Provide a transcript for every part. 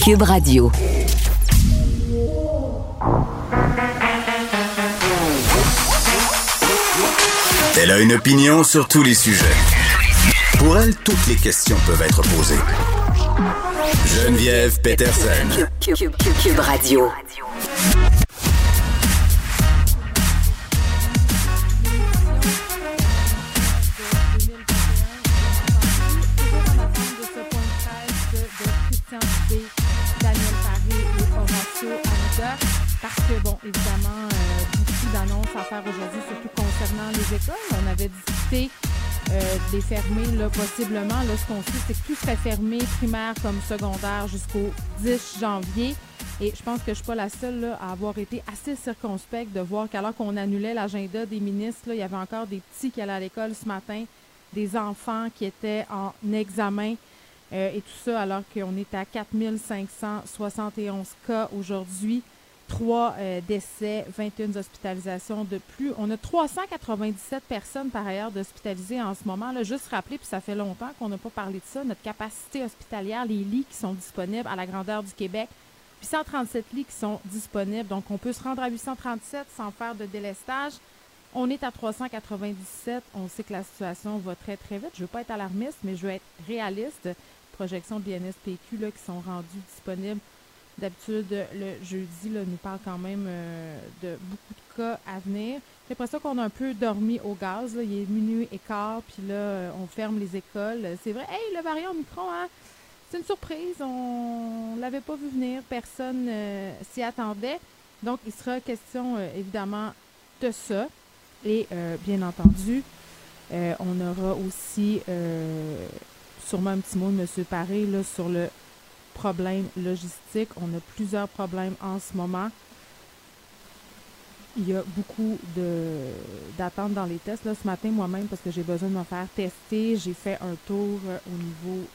Cube Radio. Elle a une opinion sur tous les sujets. Pour elle, toutes les questions peuvent être posées. Geneviève Peterson. Cube Radio. Parce que, bon, évidemment, beaucoup d'annonces à faire aujourd'hui, surtout concernant les écoles. On avait discuté de les fermer, là, possiblement. Là, ce qu'on sait, c'est que tout serait fermé, primaire comme secondaire, jusqu'au 10 janvier. Et je pense que je ne suis pas la seule là, à avoir été assez circonspecte de voir qu'alors qu'on annulait l'agenda des ministres, là, il y avait encore des petits qui allaient à l'école ce matin, des enfants qui étaient en examen. Et tout ça alors qu'on est à 4571 cas aujourd'hui, 3 décès, 21 hospitalisations de plus. On a 397 personnes par ailleurs d'hospitalisées en ce moment. Là, juste rappeler, puis ça fait longtemps qu'on n'a pas parlé de ça, notre capacité hospitalière, les lits qui sont disponibles à la grandeur du Québec, 837 lits qui sont disponibles. Donc, on peut se rendre à 837 sans faire de délestage. On est à 397. On sait que la situation va très, très vite. Je ne veux pas être alarmiste, mais je veux être réaliste. Projections de l'INSPQ là, qui sont rendues disponibles. D'habitude, le jeudi là, nous parle quand même de beaucoup de cas à venir. J'ai l'impression qu'on a un peu dormi au gaz. Là. Il est minuit et quart, puis là, on ferme les écoles. C'est vrai, hey, le variant Omicron, hein, c'est une surprise. On ne l'avait pas vu venir. Personne s'y attendait. Donc, il sera question, évidemment, de ça. Et, bien entendu, on aura aussi sûrement un petit mot de M. Paré là, sur le problème logistique. On a plusieurs problèmes en ce moment. Il y a beaucoup d'attentes dans les tests. Là, ce matin, moi-même, parce que j'ai besoin de me faire tester, j'ai fait un tour au niveau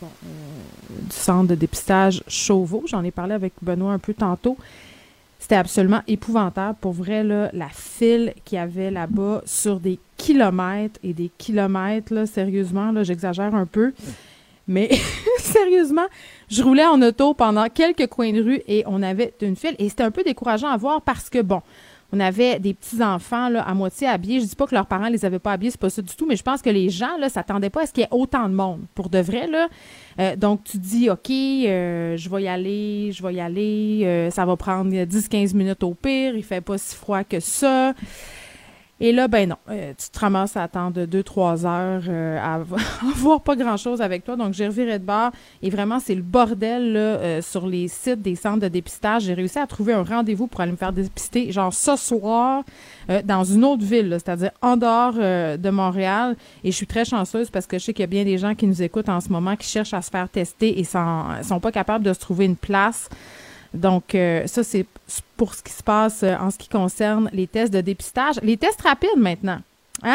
du centre de dépistage Chauveau. J'en ai parlé avec Benoît un peu tantôt. C'était absolument épouvantable. Pour vrai, là, la file qu'il y avait là-bas sur des kilomètres et des kilomètres, là, sérieusement, là, j'exagère un peu. Mais sérieusement, je roulais en auto pendant quelques coins de rue et on avait une file. Et c'était un peu décourageant à voir parce que, bon, on avait des petits-enfants là, à moitié habillés. Je dis pas que leurs parents les avaient pas habillés, c'est pas ça du tout, mais je pense que les gens là s'attendaient pas à ce qu'il y ait autant de monde. Pour de vrai, là. Donc, tu dis, OK, je vais y aller. Ça va prendre 10-15 minutes au pire. Il fait pas si froid que ça. Et là, ben non, tu te ramasses à attendre 2-3 heures à voir pas grand-chose avec toi. Donc, j'ai reviré de bord. Et vraiment, c'est le bordel là, sur les sites des centres de dépistage. J'ai réussi à trouver un rendez-vous pour aller me faire dépister, genre ce soir, dans une autre ville, là, c'est-à-dire en dehors de Montréal. Et je suis très chanceuse parce que je sais qu'il y a bien des gens qui nous écoutent en ce moment qui cherchent à se faire tester et sont pas capables de se trouver une place. Donc, ça, c'est pour ce qui se passe en ce qui concerne les tests de dépistage. Les tests rapides, maintenant. Hein?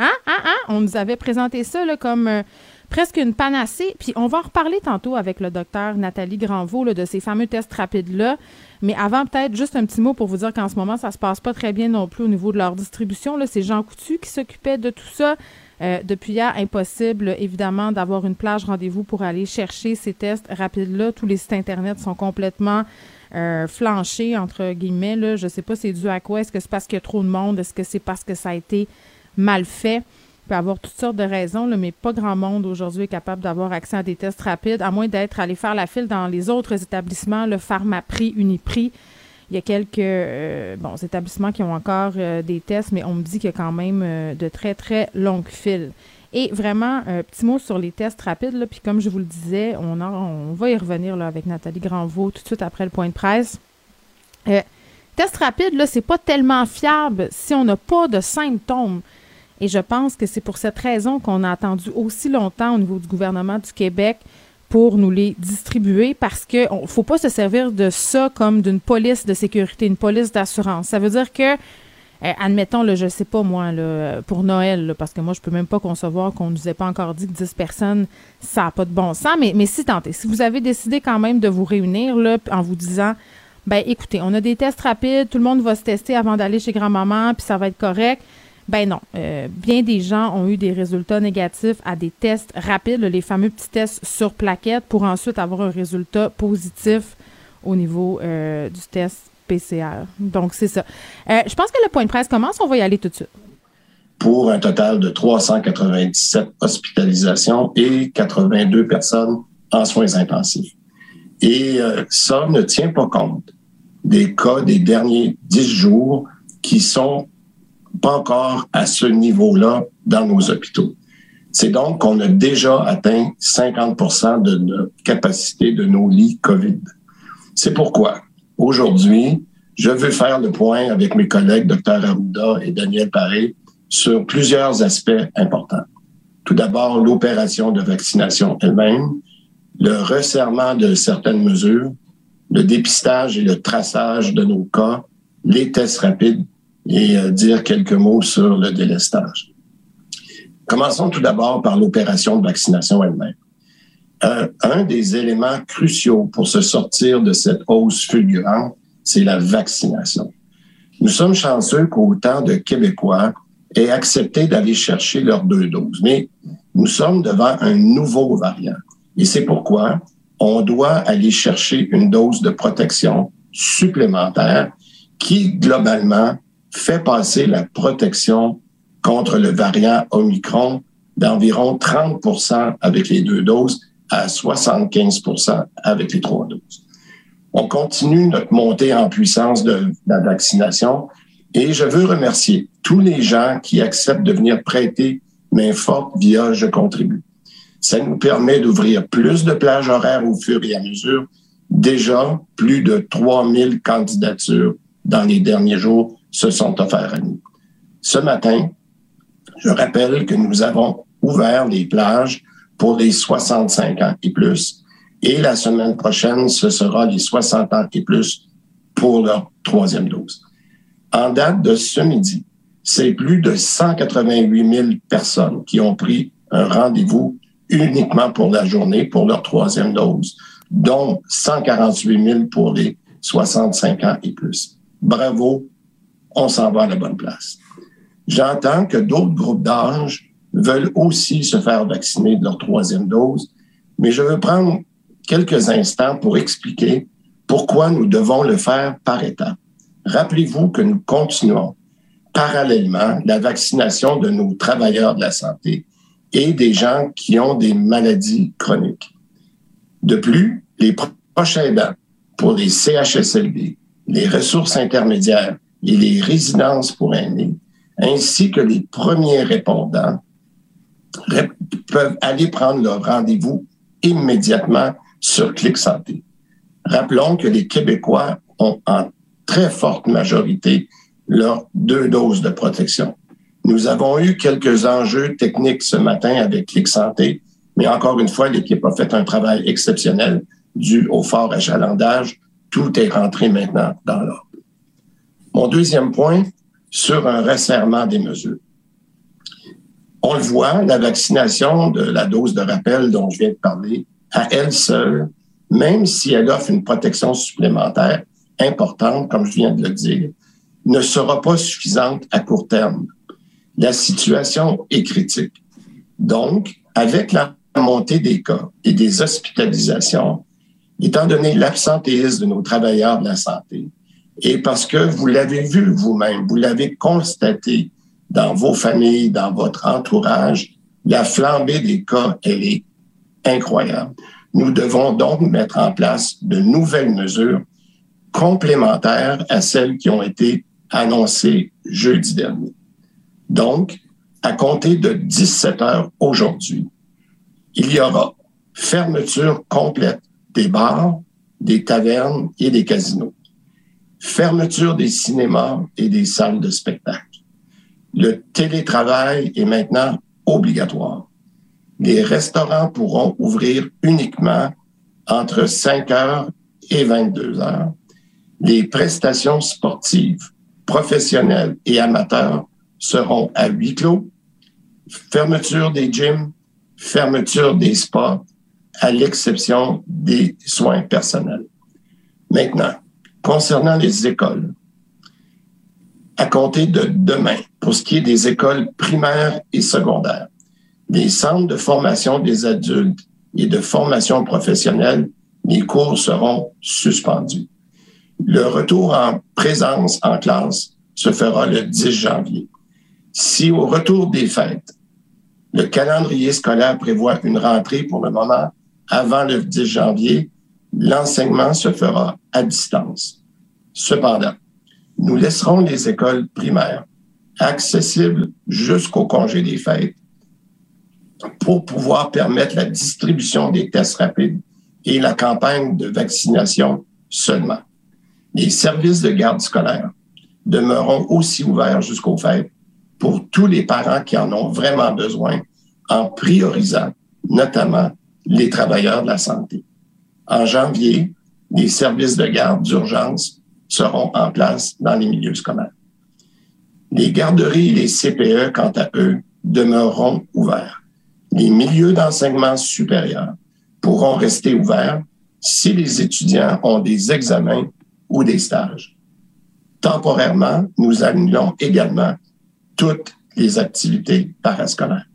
On nous avait présenté ça là, comme presque une panacée. Puis, on va en reparler tantôt avec le docteur Nathalie Granvaux là, de ces fameux tests rapides-là. Mais avant, peut-être, juste un petit mot pour vous dire qu'en ce moment, ça se passe pas très bien non plus au niveau de leur distribution. Là, c'est Jean Coutu qui s'occupait de tout ça. Depuis hier, impossible, évidemment, d'avoir une plage rendez-vous pour aller chercher ces tests rapides-là. Tous les sites Internet sont complètement flanchés, entre guillemets. Là. Je ne sais pas c'est dû à quoi. Est-ce que c'est parce qu'il y a trop de monde? Est-ce que c'est parce que ça a été mal fait? Il peut y avoir toutes sortes de raisons, là, mais pas grand monde aujourd'hui est capable d'avoir accès à des tests rapides, à moins d'être allé faire la file dans les autres établissements, le Pharmaprix, Uniprix. Il y a quelques établissements qui ont encore des tests, mais on me dit qu'il y a quand même de très, très longues files. Et vraiment, petit mot sur les tests rapides, là, puis comme je vous le disais, on va y revenir là, avec Nathalie Granvaux tout de suite après le point de presse. Test rapide, là, c'est pas tellement fiable si on n'a pas de symptômes. Et je pense que c'est pour cette raison qu'on a attendu aussi longtemps au niveau du gouvernement du Québec pour nous les distribuer, parce que faut pas se servir de ça comme d'une police de sécurité, une police d'assurance. Ça veut dire que, admettons, là, je sais pas moi, là, pour Noël, là, parce que moi, je peux même pas concevoir qu'on nous ait pas encore dit que 10 personnes, ça n'a pas de bon sens, mais si tant est, si vous avez décidé quand même de vous réunir là, en vous disant, ben écoutez, on a des tests rapides, tout le monde va se tester avant d'aller chez grand-maman, puis ça va être correct. Ben non. Bien des gens ont eu des résultats négatifs à des tests rapides, les fameux petits tests sur plaquettes, pour ensuite avoir un résultat positif au niveau du test PCR. Donc, c'est ça. Je pense que le point de presse commence. On va y aller tout de suite. Pour un total de 397 hospitalisations et 82 personnes en soins intensifs. Et ça ne tient pas compte des cas des derniers 10 jours qui sont pas encore à ce niveau-là dans nos hôpitaux. C'est donc qu'on a déjà atteint 50% de notre capacité de nos lits COVID. C'est pourquoi, aujourd'hui, je veux faire le point avec mes collègues Dr Arruda et Daniel Paré sur plusieurs aspects importants. Tout d'abord, l'opération de vaccination elle-même, le resserrement de certaines mesures, le dépistage et le traçage de nos cas, les tests rapides et dire quelques mots sur le délestage. Commençons tout d'abord par l'opération de vaccination elle-même. Un des éléments cruciaux pour se sortir de cette hausse fulgurante, c'est la vaccination. Nous sommes chanceux qu'autant de Québécois aient accepté d'aller chercher leurs 2 doses, mais nous sommes devant un nouveau variant. Et c'est pourquoi on doit aller chercher une dose de protection supplémentaire qui, globalement, fait passer la protection contre le variant Omicron d'environ 30% avec les 2 doses à 75% avec les 3 doses. On continue notre montée en puissance de la vaccination et je veux remercier tous les gens qui acceptent de venir prêter main forte via Je contribue. Ça nous permet d'ouvrir plus de plages horaires au fur et à mesure. Déjà, plus de 3000 candidatures dans les derniers jours se sont offertes à nous. Ce matin, je rappelle que nous avons ouvert les plages pour les 65 ans et plus. Et la semaine prochaine, ce sera les 60 ans et plus pour leur 3e dose. En date de ce midi, c'est plus de 188 000 personnes qui ont pris un rendez-vous uniquement pour la journée, pour leur 3e dose, dont 148 000 pour les 65 ans et plus. Bravo, on s'en va à la bonne place. J'entends que d'autres groupes d'âge veulent aussi se faire vacciner de leur 3e dose, mais je veux prendre quelques instants pour expliquer pourquoi nous devons le faire par étapes. Rappelez-vous que nous continuons parallèlement la vaccination de nos travailleurs de la santé et des gens qui ont des maladies chroniques. De plus, les proches aidants pour les CHSLD, les ressources intermédiaires et les résidences pour aînés, ainsi que les premiers répondants, peuvent aller prendre leur rendez-vous immédiatement sur Clic Santé. Rappelons que les Québécois ont en très forte majorité leurs 2 doses de protection. Nous avons eu quelques enjeux techniques ce matin avec Clic Santé, mais encore une fois, l'équipe a fait un travail exceptionnel dû au fort achalandage. Tout est rentré maintenant dans l'ordre. Mon 2e point, sur un resserrement des mesures. On le voit, la vaccination de la dose de rappel dont je viens de parler, à elle seule, même si elle offre une protection supplémentaire importante, comme je viens de le dire, ne sera pas suffisante à court terme. La situation est critique. Donc, avec la montée des cas et des hospitalisations, étant donné l'absentéisme de nos travailleurs de la santé, et parce que vous l'avez vu vous-même, vous l'avez constaté dans vos familles, dans votre entourage, la flambée des cas, elle est incroyable. Nous devons donc mettre en place de nouvelles mesures complémentaires à celles qui ont été annoncées jeudi dernier. Donc, à compter de 17 heures aujourd'hui, il y aura fermeture complète des bars, des tavernes et des casinos. Fermeture des cinémas et des salles de spectacle. Le télétravail est maintenant obligatoire. Les restaurants pourront ouvrir uniquement entre 5 heures et 22 heures. Les prestations sportives, professionnelles et amateurs seront à huis clos. Fermeture des gyms, fermeture des spas, à l'exception des soins personnels. Maintenant, concernant les écoles, À compter de demain, pour ce qui est des écoles primaires et secondaires, les centres de formation des adultes et de formation professionnelle, les cours seront suspendus. Le retour en présence en classe se fera le 10 janvier. Si au retour des fêtes, le calendrier scolaire prévoit une rentrée pour le moment avant le 10 janvier, l'enseignement se fera à distance. Cependant, nous laisserons les écoles primaires accessibles jusqu'au congé des fêtes pour pouvoir permettre la distribution des tests rapides et la campagne de vaccination seulement. Les services de garde scolaire demeureront aussi ouverts jusqu'aux fêtes pour tous les parents qui en ont vraiment besoin, en priorisant notamment les travailleurs de la santé. En janvier, les services de garde d'urgence seront en place dans les milieux scolaires. Les garderies et les CPE, quant à eux, demeureront ouverts. Les milieux d'enseignement supérieur pourront rester ouverts si les étudiants ont des examens ou des stages. Temporairement, nous annulons également toutes les activités parascolaires.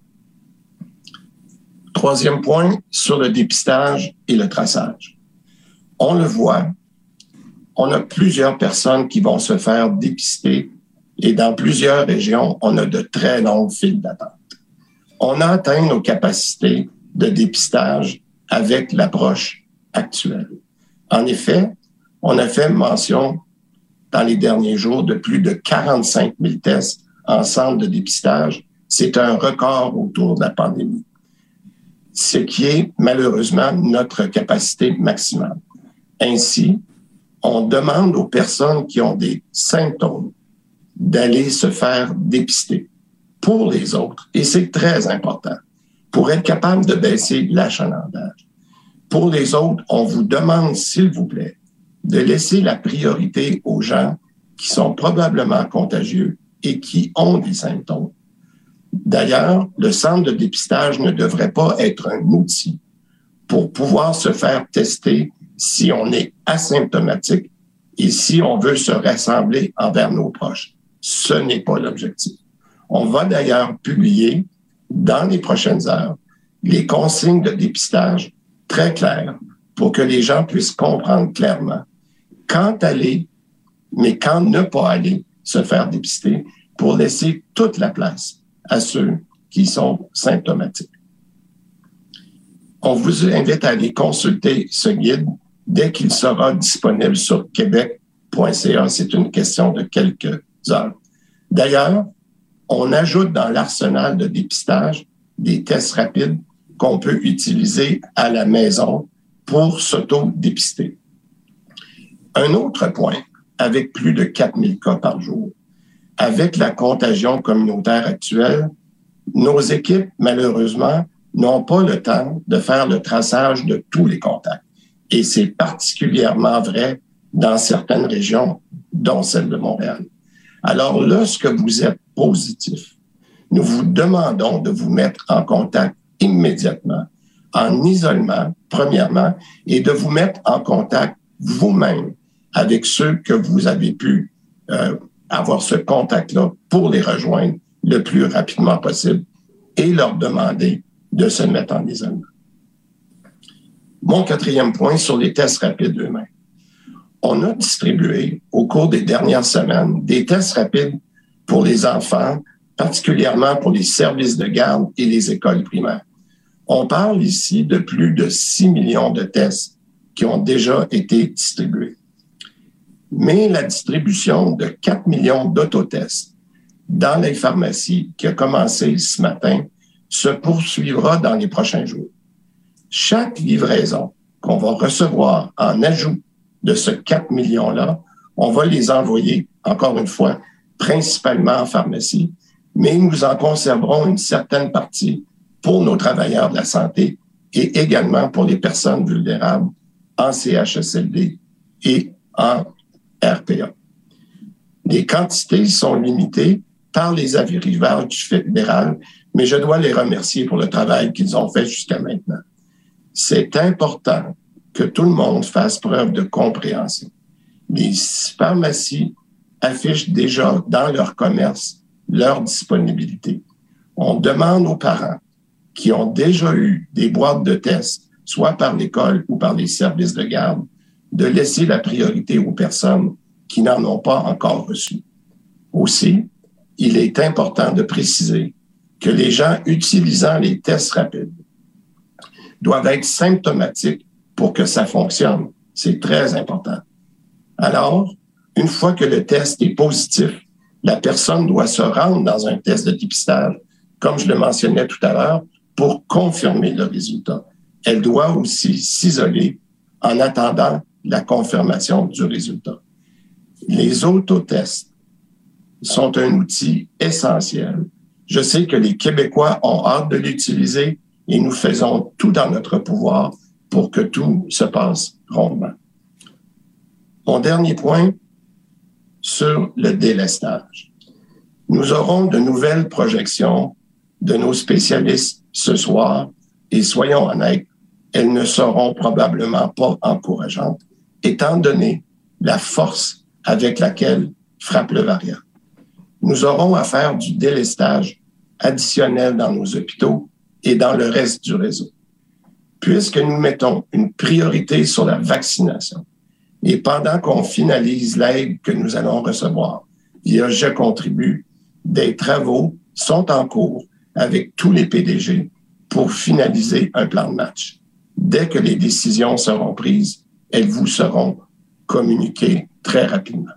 Troisième point, sur le dépistage et le traçage. On le voit, on a plusieurs personnes qui vont se faire dépister et dans plusieurs régions, on a de très longues files d'attente. On a atteint nos capacités de dépistage avec l'approche actuelle. En effet, on a fait mention dans les derniers jours de plus de 45 000 tests en centre de dépistage. C'est un record autour de la pandémie, ce qui est malheureusement notre capacité maximale. Ainsi, on demande aux personnes qui ont des symptômes d'aller se faire dépister pour les autres. Et c'est très important pour être capable de baisser l'achalandage. Pour les autres, on vous demande, s'il vous plaît, de laisser la priorité aux gens qui sont probablement contagieux et qui ont des symptômes. D'ailleurs, le centre de dépistage ne devrait pas être un outil pour pouvoir se faire tester si on est asymptomatique et si on veut se rassembler envers nos proches. Ce n'est pas l'objectif. On va d'ailleurs publier dans les prochaines heures les consignes de dépistage très claires pour que les gens puissent comprendre clairement quand aller, mais quand ne pas aller se faire dépister pour laisser toute la place à ceux qui sont symptomatiques. On vous invite à aller consulter ce guide dès qu'il sera disponible sur québec.ca. C'est une question de quelques heures. D'ailleurs, on ajoute dans l'arsenal de dépistage des tests rapides qu'on peut utiliser à la maison pour s'auto-dépister. Un autre point, avec plus de 4000 cas par jour, avec la contagion communautaire actuelle, nos équipes, malheureusement, n'ont pas le temps de faire le traçage de tous les contacts. Et c'est particulièrement vrai dans certaines régions, dont celle de Montréal. Alors, lorsque vous êtes positif, nous vous demandons de vous mettre en contact immédiatement, en isolement, premièrement, et de vous mettre en contact vous-même avec ceux que vous avez pu avoir ce contact-là pour les rejoindre le plus rapidement possible et leur demander de se mettre en isolement. Mon quatrième point sur les tests rapides eux-mêmes. On a distribué au cours des dernières semaines des tests rapides pour les enfants, particulièrement pour les services de garde et les écoles primaires. On parle ici de plus de 6 millions de tests qui ont déjà été distribués. Mais la distribution de 4 millions d'autotests dans les pharmacies qui a commencé ce matin se poursuivra dans les prochains jours. Chaque livraison qu'on va recevoir en ajout de ce 4 millions-là, on va les envoyer, encore une fois, principalement en pharmacie, mais nous en conserverons une certaine partie pour nos travailleurs de la santé et également pour les personnes vulnérables en CHSLD et en RPA. Les quantités sont limitées par les arrivages du fédéral, mais je dois les remercier pour le travail qu'ils ont fait jusqu'à maintenant. C'est important que tout le monde fasse preuve de compréhension. Les pharmacies affichent déjà dans leur commerce leur disponibilité. On demande aux parents qui ont déjà eu des boîtes de tests, soit par l'école ou par les services de garde, de laisser la priorité aux personnes qui n'en ont pas encore reçu. Aussi, il est important de préciser que les gens utilisant les tests rapides doivent être symptomatiques pour que ça fonctionne. C'est très important. Alors, une fois que le test est positif, la personne doit se rendre dans un test de dépistage, comme je le mentionnais tout à l'heure, pour confirmer le résultat. Elle doit aussi s'isoler en attendant la confirmation du résultat. Les autotests sont un outil essentiel. Je sais que les Québécois ont hâte de l'utiliser et nous faisons tout dans notre pouvoir pour que tout se passe rondement. Mon dernier point sur le délestage. Nous aurons de nouvelles projections de nos spécialistes ce soir et soyons honnêtes, elles ne seront probablement pas encourageantes, étant donné la force avec laquelle frappe le variant. Nous aurons à faire du délestage additionnel dans nos hôpitaux et dans le reste du réseau. Puisque nous mettons une priorité sur la vaccination et pendant qu'on finalise l'aide que nous allons recevoir via Je contribue, des travaux sont en cours avec tous les PDG pour finaliser un plan de match. Dès que les décisions seront prises, elles vous seront communiquées très rapidement.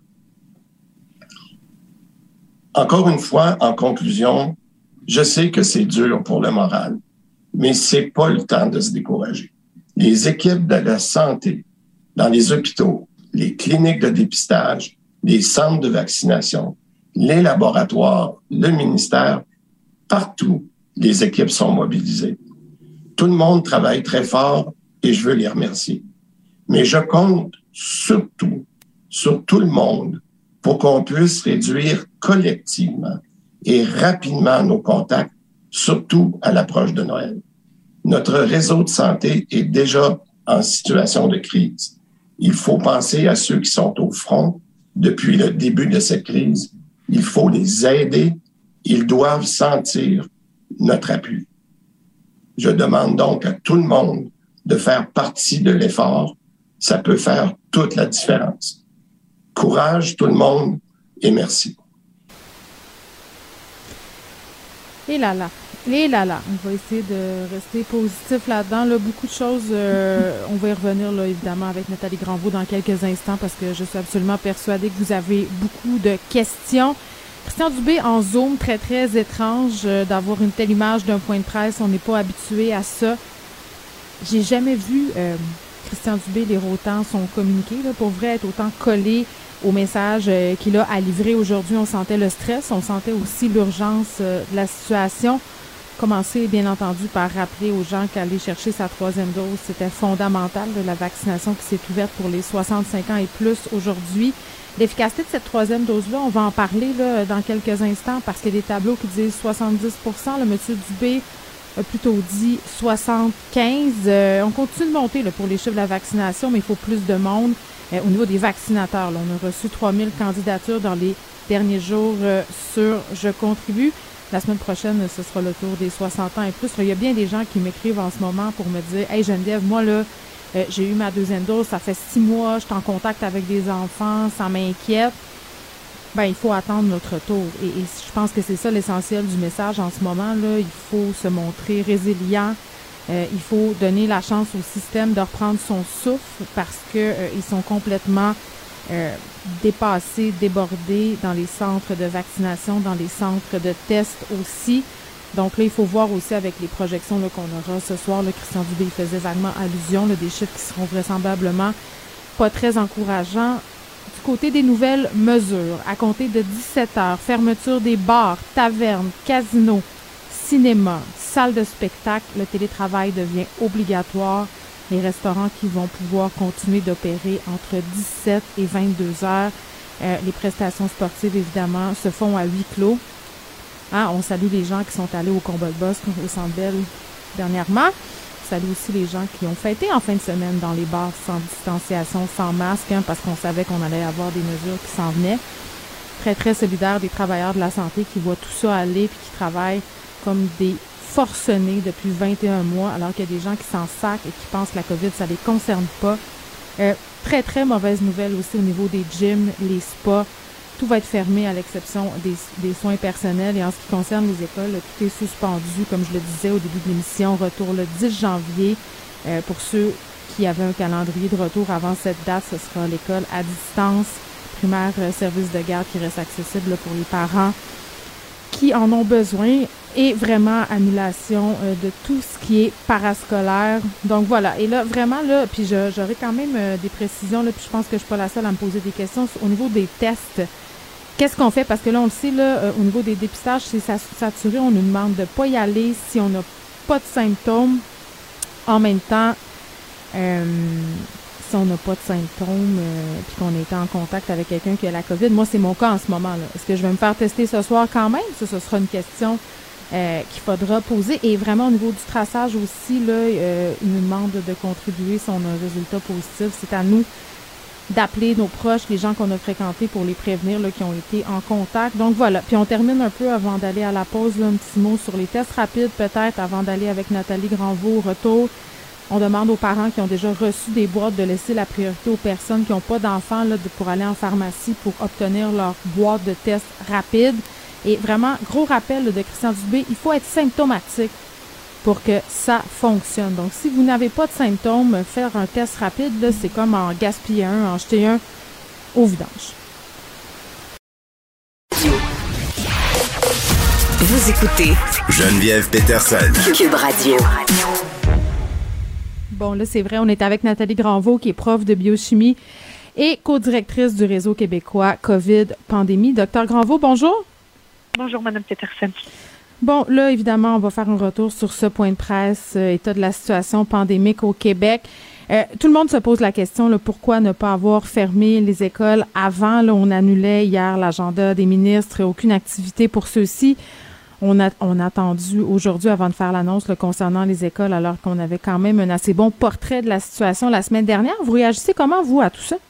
Encore une fois, en conclusion, je sais que c'est dur pour le moral, mais c'est pas le temps de se décourager. Les équipes de la santé dans les hôpitaux, les cliniques de dépistage, les centres de vaccination, les laboratoires, le ministère, partout, les équipes sont mobilisées. Tout le monde travaille très fort et je veux les remercier. Mais je compte surtout sur tout le monde pour qu'on puisse réduire collectivement et rapidement nos contacts, surtout à l'approche de Noël. Notre réseau de santé est déjà en situation de crise. Il faut penser à ceux qui sont au front depuis le début de cette crise. Il faut les aider. Ils doivent sentir notre appui. Je demande donc à tout le monde de faire partie de l'effort. Ça peut faire toute la différence. Courage tout le monde et merci. Et là là. On va essayer de rester positif là-dedans. Là, beaucoup de choses, on va y revenir là, évidemment avec Nathalie Granvaux dans quelques instants parce que je suis absolument persuadée que vous avez beaucoup de questions. Christian Dubé en Zoom, très, très étrange d'avoir une telle image d'un point de presse. On n'est pas habitué à ça. J'ai jamais vu Christian Dubé lire autant son communiqué. Là, pour vrai, être autant collé au message qu'il a à livrer aujourd'hui. On sentait le stress, on sentait aussi l'urgence de la situation. Commencer, bien entendu, par rappeler aux gens qu'aller chercher sa 3e dose, c'était fondamental, de la vaccination qui s'est ouverte pour les 65 ans et plus aujourd'hui. L'efficacité de cette 3e dose-là, on va en parler là, dans quelques instants parce qu'il y a des tableaux qui disent 70 %. Le monsieur Dubé a plutôt dit 75 %. On continue de monter là, pour les chiffres de la vaccination, mais il faut plus de monde. Au niveau des vaccinateurs, là, on a reçu 3000 candidatures dans les derniers jours sur Je contribue. La semaine prochaine, ce sera le tour des 60 ans et plus. Là, il y a bien des gens qui m'écrivent en ce moment pour me dire « Hey Geneviève, moi là, j'ai eu ma 2e dose, ça fait 6 mois, je suis en contact avec des enfants, ça m'inquiète. » Ben, il faut attendre notre tour. Et je pense que c'est ça l'essentiel du message en ce moment. Là, il faut se montrer résilient. Il faut donner la chance au système de reprendre son souffle parce que ils sont complètement dépassés, débordés dans les centres de vaccination, dans les centres de tests aussi. Donc là, il faut voir aussi avec les projections là, qu'on aura ce soir. Là, Christian Dubé faisait vaguement allusion, là, des chiffres qui seront vraisemblablement pas très encourageants. Du côté des nouvelles mesures, à compter de 17 heures, fermeture des bars, tavernes, casinos, cinéma, salles de spectacle, le télétravail devient obligatoire. Les restaurants qui vont pouvoir continuer d'opérer entre 17 et 22 heures. Les prestations sportives, évidemment, se font à huis clos. Hein, on salue les gens qui sont allés au Combat de Bosque, au Centre Bell dernièrement. On salue aussi les gens qui ont fêté en fin de semaine dans les bars sans distanciation, sans masque, hein, parce qu'on savait qu'on allait avoir des mesures qui s'en venaient. très, très solidaire des travailleurs de la santé qui voient tout ça aller puis qui travaillent comme des forcenés depuis 21 mois, alors qu'il y a des gens qui s'en sacrent et qui pensent que la COVID, ça les concerne pas. Très, très mauvaise nouvelle aussi au niveau des gyms, les spas. Tout va être fermé à l'exception des soins personnels. Et en ce qui concerne les écoles, tout est suspendu, comme je le disais au début de l'émission. Retour le 10 janvier. Pour ceux qui avaient un calendrier de retour avant cette date, ce sera l'école à distance, primaire, service de garde qui reste accessible pour les parents qui en ont besoin. Et vraiment annulation de tout ce qui est parascolaire. Donc voilà. Et là, vraiment, là, puis j'aurai quand même des précisions, là, puis je pense que je suis pas la seule à me poser des questions au niveau des tests. Qu'est-ce qu'on fait? Parce que là, on le sait, là, au niveau des dépistages, c'est saturé. On nous demande de pas y aller si on n'a pas de symptômes. En même temps, si on n'a pas de symptômes puis qu'on est en contact avec quelqu'un qui a la COVID, moi, c'est mon cas en ce moment, là. Est-ce que je vais me faire tester ce soir quand même? Ça, ce sera une question qu'il faudra poser. Et vraiment, au niveau du traçage aussi, là, il nous demande de contribuer si on a un résultat positif. C'est à nous d'appeler nos proches, les gens qu'on a fréquentés pour les prévenir, là, qui ont été en contact. Donc voilà. Puis on termine un peu avant d'aller à la pause, là, un petit mot sur les tests rapides, peut-être, avant d'aller avec Nathalie Granvaux au retour. On demande aux parents qui ont déjà reçu des boîtes de laisser la priorité aux personnes qui n'ont pas d'enfants là, pour aller en pharmacie pour obtenir leur boîte de tests rapides. Et vraiment, gros rappel là, de Christian Dubé, il faut être symptomatique pour que ça fonctionne. Donc, si vous n'avez pas de symptômes, faire un test rapide, là, c'est comme en gaspiller un, en jeter un au vidange. Vous écoutez Geneviève Peterson. Cube Radio. Bon, là, c'est vrai, on est avec Nathalie Granvaux, qui est prof de biochimie et co-directrice du Réseau québécois COVID Pandémie. Docteur Granvaux, bonjour. Bonjour, Mme Peterson. Bon, là, évidemment, on va faire un retour sur ce point de presse, état de la situation pandémique au Québec. Tout le monde se pose la question, là, pourquoi ne pas avoir fermé les écoles avant? Là, on annulait hier l'agenda des ministres, aucune activité pour ceux-ci. On a attendu aujourd'hui avant de faire l'annonce là, concernant les écoles, alors qu'on avait quand même un assez bon portrait de la situation la semaine dernière. Vous réagissez comment, vous, à tout ça?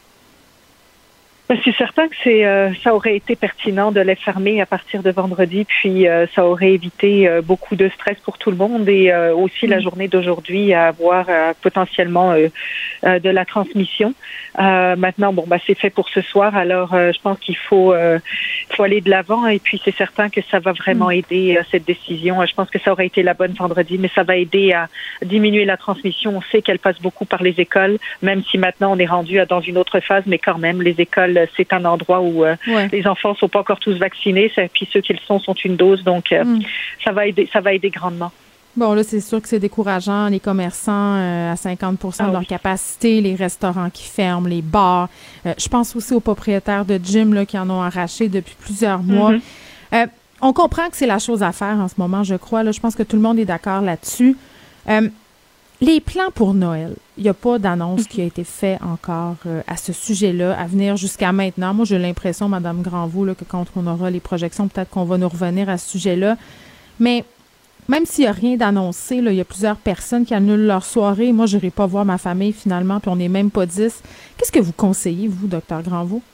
C'est certain que ça aurait été pertinent de les fermer à partir de vendredi, puis ça aurait évité beaucoup de stress pour tout le monde et aussi la journée d'aujourd'hui à avoir potentiellement de la transmission. Maintenant, c'est fait pour ce soir, alors je pense qu'il faut aller de l'avant et puis c'est certain que ça va vraiment aider cette décision. Je pense que ça aurait été la bonne vendredi, mais ça va aider à diminuer la transmission. On sait qu'elle passe beaucoup par les écoles, même si maintenant on est rendu dans une autre phase, mais quand même, les écoles, c'est un endroit où les enfants sont pas encore tous vaccinés, puis ceux qui le sont une dose, donc ça va aider grandement. Bon, là, c'est sûr que c'est décourageant. Les commerçants à 50% de leur capacité, les restaurants qui ferment, les bars. Je pense aussi aux propriétaires de gym là, qui en ont arraché depuis plusieurs mois. On comprend que c'est la chose à faire en ce moment, je crois. Là, je pense que tout le monde est d'accord là-dessus. Les plans pour Noël, il n'y a pas d'annonce qui a été faite encore à ce sujet-là, à venir jusqu'à maintenant. Moi, j'ai l'impression, Mme Granvaux, là, que quand on aura les projections, peut-être qu'on va nous revenir à ce sujet-là. Mais même s'il n'y a rien d'annoncé, là, il y a plusieurs personnes qui annulent leur soirée. Moi, je n'irai pas voir ma famille finalement, puis on n'est même pas 10. Qu'est-ce que vous conseillez, vous, Dr Granvaux?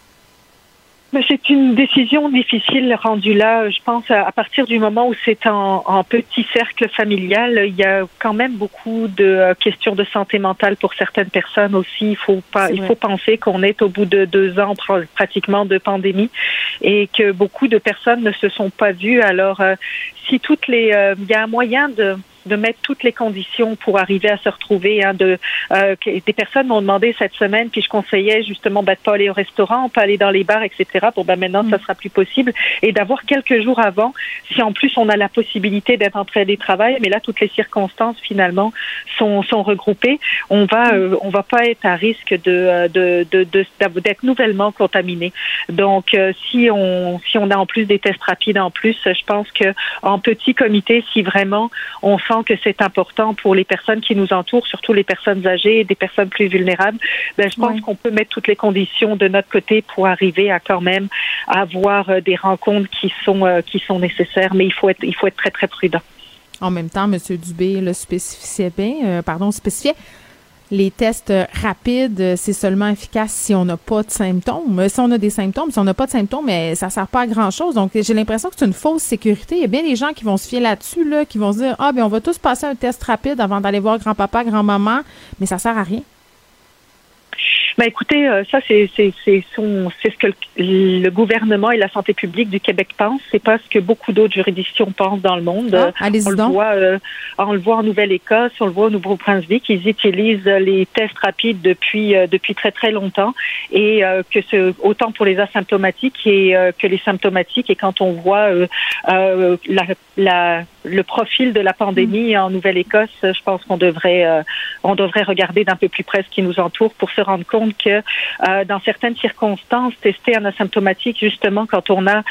C'est une décision difficile rendue là. Je pense à partir du moment où c'est en petit cercle familial, il y a quand même beaucoup de questions de santé mentale pour certaines personnes aussi. Il faut penser qu'on est au bout de 2 ans pratiquement de pandémie et que beaucoup de personnes ne se sont pas vues. Alors, si il y a un moyen de mettre toutes les conditions pour arriver à se retrouver. Des personnes m'ont demandé cette semaine, puis je conseillais justement de pas aller au restaurant, pas aller dans les bars, etc. Maintenant, ça sera plus possible. Et d'avoir quelques jours avant, si en plus on a la possibilité d'être en télétravail, mais là, toutes les circonstances finalement sont regroupées, on va pas être à risque d'être nouvellement contaminé. Donc, si on a en plus des tests rapides en plus, je pense que en petit comité, si vraiment on sent que c'est important pour les personnes qui nous entourent, surtout les personnes âgées et des personnes plus vulnérables, je pense qu'on peut mettre toutes les conditions de notre côté pour arriver à quand même avoir des rencontres qui sont nécessaires, mais il faut être très, très prudent. En même temps, M. Dubé le spécifiait, les tests rapides, c'est seulement efficace si on n'a pas de symptômes. Si on a des symptômes, si on n'a pas de symptômes, mais ça sert pas à grand-chose. Donc, j'ai l'impression que c'est une fausse sécurité. Il y a bien des gens qui vont se fier là-dessus, là, qui vont se dire, on va tous passer un test rapide avant d'aller voir grand-papa, grand-maman, mais ça sert à rien. Ben écoutez, ça c'est ce que le gouvernement et la santé publique du Québec pensent. C'est pas ce que beaucoup d'autres juridictions pensent dans le monde. Allez-y donc. On le voit en Nouvelle-Écosse, on le voit au Nouveau-Brunswick. Ils utilisent les tests rapides depuis très très longtemps et que c'est autant pour les asymptomatiques que les symptomatiques. Et quand on voit le profil de la pandémie en Nouvelle-Écosse, je pense qu'on devrait regarder d'un peu plus près ce qui nous entoure pour se rendre compte que dans certaines circonstances, tester un asymptomatique, justement, quand on a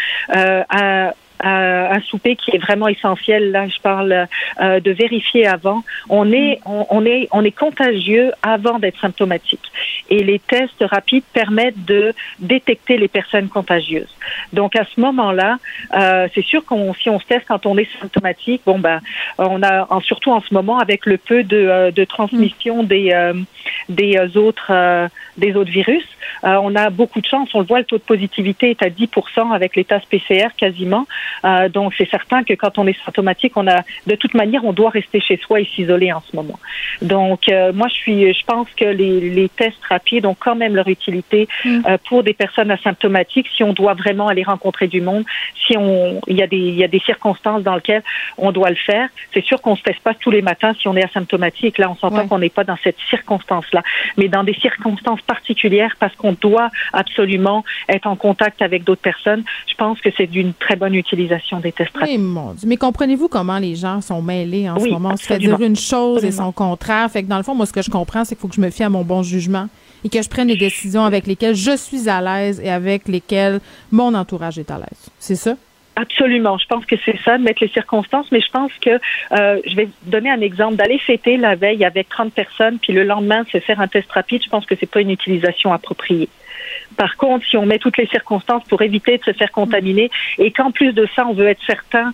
un souper qui est vraiment essentiel, là je parle de vérifier avant, on est contagieux avant d'être symptomatique. Et les tests rapides permettent de détecter les personnes contagieuses. Donc à ce moment-là, c'est sûr si on se teste quand on est symptomatique, on a surtout en ce moment avec le peu de transmission des autres virus, on a beaucoup de chance. On le voit, le taux de positivité est à 10% avec les tests PCR quasiment. Donc c'est certain que quand on est symptomatique, de toute manière on doit rester chez soi et s'isoler en ce moment. Donc moi je pense que les tests rapides ont quand même leur utilité pour des personnes asymptomatiques si on doit vraiment aller rencontrer du monde, il y a des circonstances dans lesquelles on doit le faire. C'est sûr qu'on se teste pas tous les matins si on est asymptomatique. Là on s'entend qu'on n'est pas dans cette circonstance-là, mais dans des circonstances particulières parce qu'on doit absolument être en contact avec d'autres personnes, je pense que c'est d'une très bonne utilisation des tests rapides. Oui, mon Dieu. Mais comprenez-vous comment les gens sont mêlés en ce moment? On se fait dire une chose et son contraire. Fait que dans le fond, moi, ce que je comprends, c'est qu'il faut que je me fie à mon bon jugement et que je prenne les décisions avec lesquelles je suis à l'aise et avec lesquelles mon entourage est à l'aise. C'est ça? Absolument. Je pense que c'est ça, de mettre les circonstances, mais je pense que je vais donner un exemple. D'aller fêter la veille avec 30 personnes, puis le lendemain se faire un test rapide, je pense que c'est pas une utilisation appropriée. Par contre, si on met toutes les circonstances pour éviter de se faire contaminer et qu'en plus de ça, on veut être certain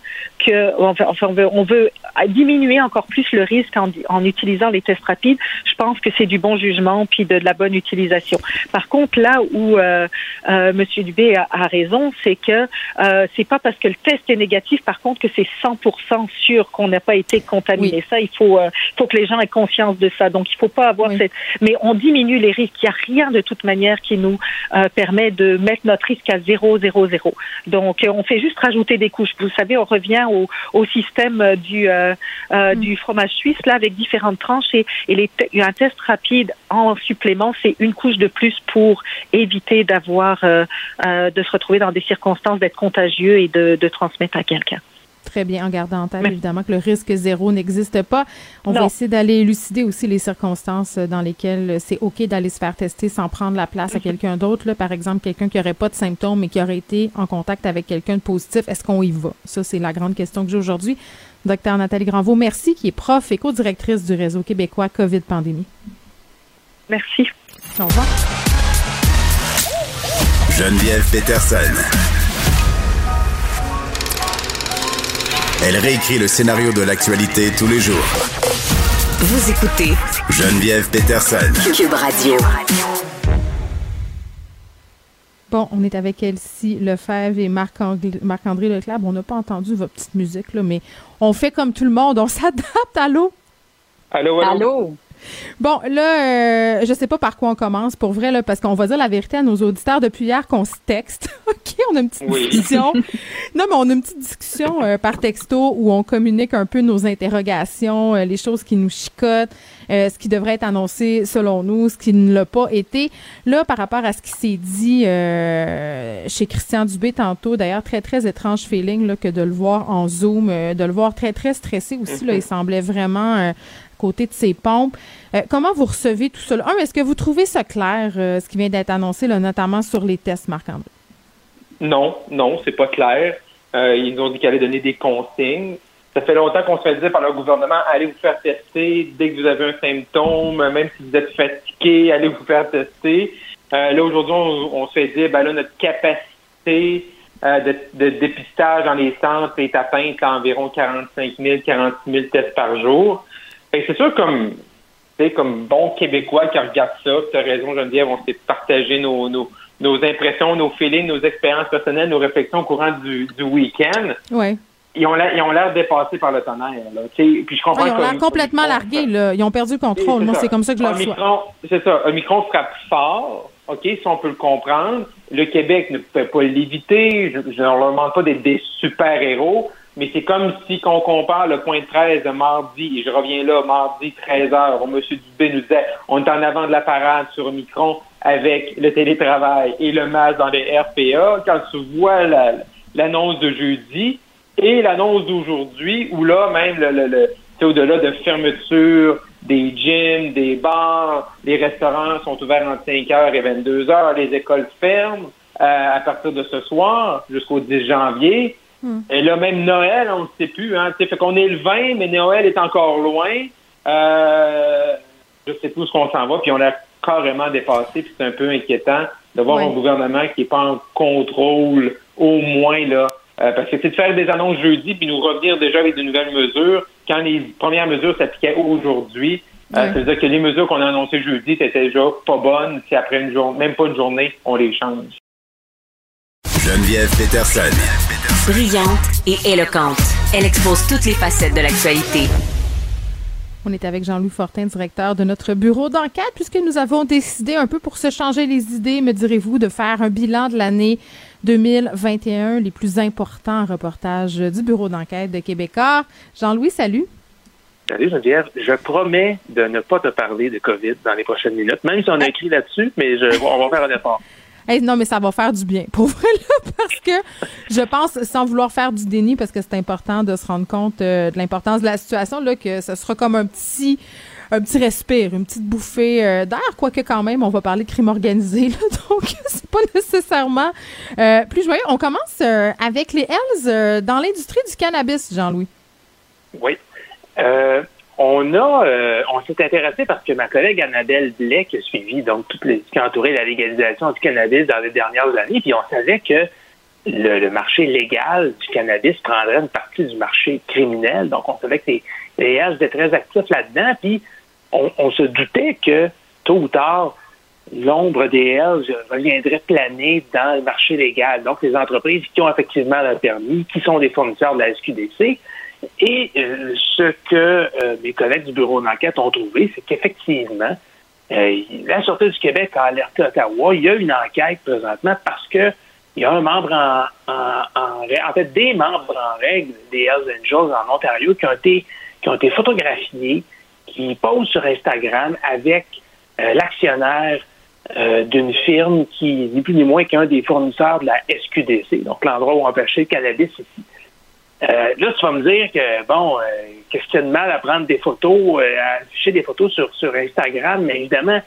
on veut diminuer encore plus le risque en utilisant les tests rapides, je pense que c'est du bon jugement puis de la bonne utilisation. Par contre, là où Monsieur Dubé a raison, c'est que c'est pas parce que le test est négatif, par contre, que c'est 100% sûr qu'on n'a pas été contaminé. Oui. Ça, il faut que les gens aient conscience de ça. Donc, il faut pas avoir mais on diminue les risques. Il n'y a rien de toute manière qui nous permet de mettre notre risque à 0,00. Donc, on fait juste rajouter des couches. Vous savez, on revient au système du fromage suisse, là, avec différentes tranches et un test rapide en supplément, c'est une couche de plus pour éviter de se retrouver dans des circonstances d'être contagieux et de transmettre à quelqu'un. Très bien, en gardant en tête, évidemment, que le risque zéro n'existe pas. On va essayer d'aller élucider aussi les circonstances dans lesquelles c'est OK d'aller se faire tester sans prendre la place à quelqu'un d'autre. Là, par exemple, quelqu'un qui n'aurait pas de symptômes mais qui aurait été en contact avec quelqu'un de positif. Est-ce qu'on y va? Ça, c'est la grande question que j'ai aujourd'hui. Docteur Nathalie Granvaux, merci, qui est prof et co-directrice du Réseau québécois COVID Pandémie. Merci. Au revoir. Geneviève Peterson. Elle réécrit le scénario de l'actualité tous les jours. Vous écoutez Geneviève Peterson. Cube Radio. Bon, on est avec Elsie Lefebvre et Marc-André Leclerc. On n'a pas entendu votre petite musique, là, mais on fait comme tout le monde. On s'adapte. Allô? Allô, allô? Allô? Bon, là, je sais pas par quoi on commence, pour vrai, là, parce qu'on va dire la vérité à nos auditeurs depuis hier qu'on se texte. OK, on a une petite discussion. Non, mais on a une petite discussion par texto où on communique un peu nos interrogations, les choses qui nous chicotent, ce qui devrait être annoncé selon nous, ce qui ne l'a pas été. Là, par rapport à ce qui s'est dit chez Christian Dubé tantôt, d'ailleurs, très, très étrange feeling là, que de le voir en Zoom, de le voir très, très stressé aussi. Là, il semblait vraiment côté de ses pompes. Comment vous recevez tout ça? Est-ce que vous trouvez ça clair, ce qui vient d'être annoncé, là, notamment sur les tests, Marc-André? Non, c'est pas clair. Ils ont dit qu'ils allaient donner des consignes. Ça fait longtemps qu'on se fait dire par le gouvernement, allez vous faire tester dès que vous avez un symptôme, même si vous êtes fatigué, allez vous faire tester. Là, aujourd'hui, on se fait dire, là, notre capacité de dépistage dans les centres est atteinte à environ 45 000, 46 000 tests par jour. Et c'est sûr, comme tu sais, comme bon Québécois qui regarde ça, tu as raison, Geneviève, on s'est partagé nos impressions, nos feelings, nos expériences personnelles, nos réflexions au courant du week-end. Oui. Ils ont l'air dépassés par le tonnerre. Là. Puis je comprends ils ont l'air complètement largués. Là. Ils ont perdu le contrôle. Moi, c'est comme ça que je le reçois. C'est ça. Omicron frappe fort. OK, si on peut le comprendre. Le Québec ne peut pas l'éviter. Je ne leur demande pas d'être des super-héros. Mais c'est comme si on compare le point 13 de mardi, et je reviens là, mardi 13h, où M. Dubé nous disait on est en avant de la parade sur Omicron avec le télétravail et le masque dans les RPA. Quand tu vois l'annonce de jeudi, et l'annonce d'aujourd'hui, où là, même au-delà de fermeture des gyms, des bars, les restaurants sont ouverts entre 5h et 22h, les écoles ferment à partir de ce soir jusqu'au 10 janvier. Et là, même Noël, on ne sait plus. Hein, fait qu'on est le 20, mais Noël est encore loin. Je sais plus où on s'en va, puis on l'a carrément dépassé, puis c'est un peu inquiétant de voir un gouvernement qui n'est pas en contrôle, au moins, là. Parce que c'est de faire des annonces jeudi puis nous revenir déjà avec de nouvelles mesures quand les premières mesures s'appliquaient aujourd'hui. Ça veut dire que les mesures qu'on a annoncées jeudi étaient déjà pas bonnes si après même pas une journée, on les change. Geneviève Peterson. Brillante et éloquente. Elle expose toutes les facettes de l'actualité. On est avec Jean-Louis Fortin, directeur de notre bureau d'enquête, puisque nous avons décidé un peu pour se changer les idées, me direz-vous, de faire un bilan de l'année 2021, les plus importants reportages du bureau d'enquête de Québécois. Jean-Louis, salut. Salut Geneviève. Je promets de ne pas te parler de COVID dans les prochaines minutes, même si on a écrit là-dessus, mais on va faire un effort. Hey, non, mais ça va faire du bien, pour vrai, là, parce que je pense, sans vouloir faire du déni, parce que c'est important de se rendre compte de l'importance de la situation, là, que ce sera comme un petit respire, une petite bouffée d'air, quoique quand même, on va parler de crime organisé, là, donc c'est pas nécessairement plus joyeux. On commence avec les Hells dans l'industrie du cannabis, Jean-Louis. Oui. On s'est intéressé parce que ma collègue Annabelle Blais qui a suivi donc tout ce qui a entouré la légalisation du cannabis dans les dernières années, puis on savait que le marché légal du cannabis prendrait une partie du marché criminel. Donc on savait que les Hells étaient très actifs là-dedans, puis on se doutait que tôt ou tard, l'ombre des Hells reviendrait planer dans le marché légal. Donc les entreprises qui ont effectivement leur permis, qui sont des fournisseurs de la SQDC. Et ce que mes collègues du bureau d'enquête ont trouvé, c'est qu'effectivement, la Sûreté du Québec a alerté Ottawa. Il y a une enquête présentement parce que il y a un membre en fait des membres en règle des Hells Angels en Ontario qui ont été photographiés, qui posent sur Instagram avec l'actionnaire d'une firme qui n'est plus ni moins qu'un des fournisseurs de la SQDC, donc l'endroit où on peut acheter le cannabis ici. Là, tu vas me dire que, qu'est-ce qu'il y a de mal à prendre des photos, à afficher des photos sur Instagram, mais évidemment,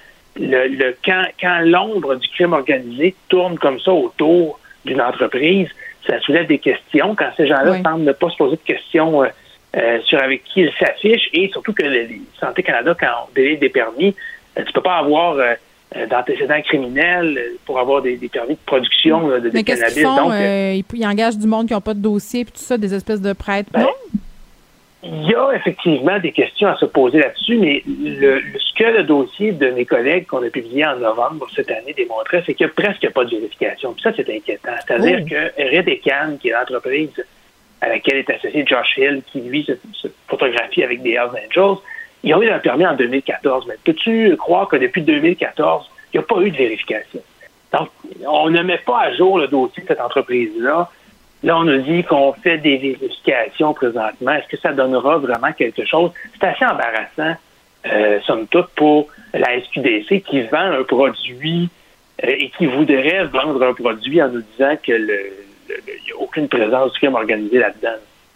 quand l'ombre du crime organisé tourne comme ça autour d'une entreprise, ça soulève des questions. Quand ces gens-là semblent ne pas se poser de questions sur avec qui ils s'affichent, et surtout que les Santé Canada, quand on délivre des permis, tu peux pas avoir d'antécédents criminels pour avoir des permis de production de mais cannabis. Qu'est-ce qu'ils font? Donc, ils engagent du monde qui n'ont pas de dossier puis tout ça, des espèces de prêtres. Non? Il y a effectivement des questions à se poser là-dessus, mais ce que le dossier de mes collègues qu'on a publié en novembre cette année démontrait, c'est qu'il n'y a presque pas de vérification. Puis ça, c'est inquiétant. C'est-à-dire que Redecan, qui est l'entreprise à laquelle est associé Josh Hill, qui, lui, se photographie avec des Hells Angels, ils ont eu un permis en 2014. Mais peux-tu croire que depuis 2014, il n'y a pas eu de vérification? Donc, on ne met pas à jour le dossier de cette entreprise-là. Là, on nous dit qu'on fait des vérifications présentement. Est-ce que ça donnera vraiment quelque chose? C'est assez embarrassant, somme toute, pour la SQDC qui vend un produit et qui voudrait vendre un produit en nous disant que il n'y a aucune présence du crime organisé là-dedans.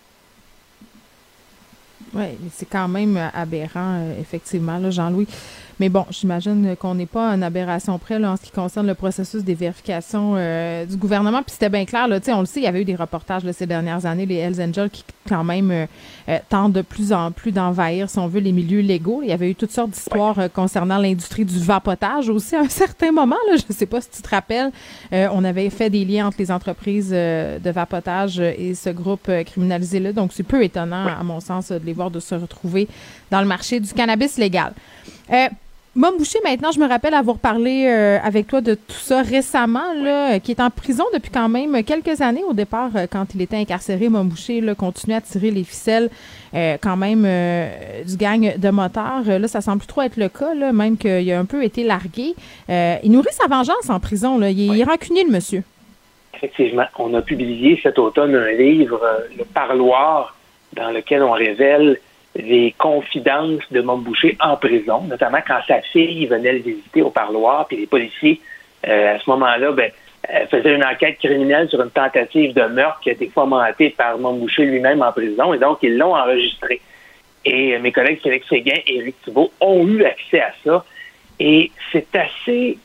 Oui, mais c'est quand même aberrant, effectivement, là, Jean-Louis. Mais bon, j'imagine qu'on n'est pas à une aberration près là, en ce qui concerne le processus des vérifications du gouvernement. Puis c'était bien clair, là, on le sait, il y avait eu des reportages là, ces dernières années, les Hells Angels qui quand même tentent de plus en plus d'envahir, si on veut, les milieux légaux. Il y avait eu toutes sortes d'histoires concernant l'industrie du vapotage aussi à un certain moment. Là, je ne sais pas si tu te rappelles, on avait fait des liens entre les entreprises de vapotage et ce groupe criminalisé-là. Donc c'est peu étonnant, à mon sens, de les voir de se retrouver dans le marché du cannabis légal. Mom Boucher, maintenant, je me rappelle avoir parlé avec toi de tout ça récemment, là, qui est en prison depuis quand même quelques années. Au départ, quand il était incarcéré, Mom Boucher là, continuait à tirer les ficelles quand même du gang de motards. Là, ça semble plus trop être le cas, là, même qu'il a un peu été largué. Il nourrit sa vengeance en prison. Là. Il est rancunier, le monsieur. Effectivement. On a publié cet automne un livre, Le Parloir, dans lequel on révèle les confidences de Mom Boucher en prison, notamment quand sa fille venait le visiter au parloir, puis les policiers, à ce moment-là, faisaient une enquête criminelle sur une tentative de meurtre qui a été fomentée par Mom Boucher lui-même en prison, et donc ils l'ont enregistré. Et mes collègues Félix Séguin et Éric Thibault ont eu accès à ça, et c'est assez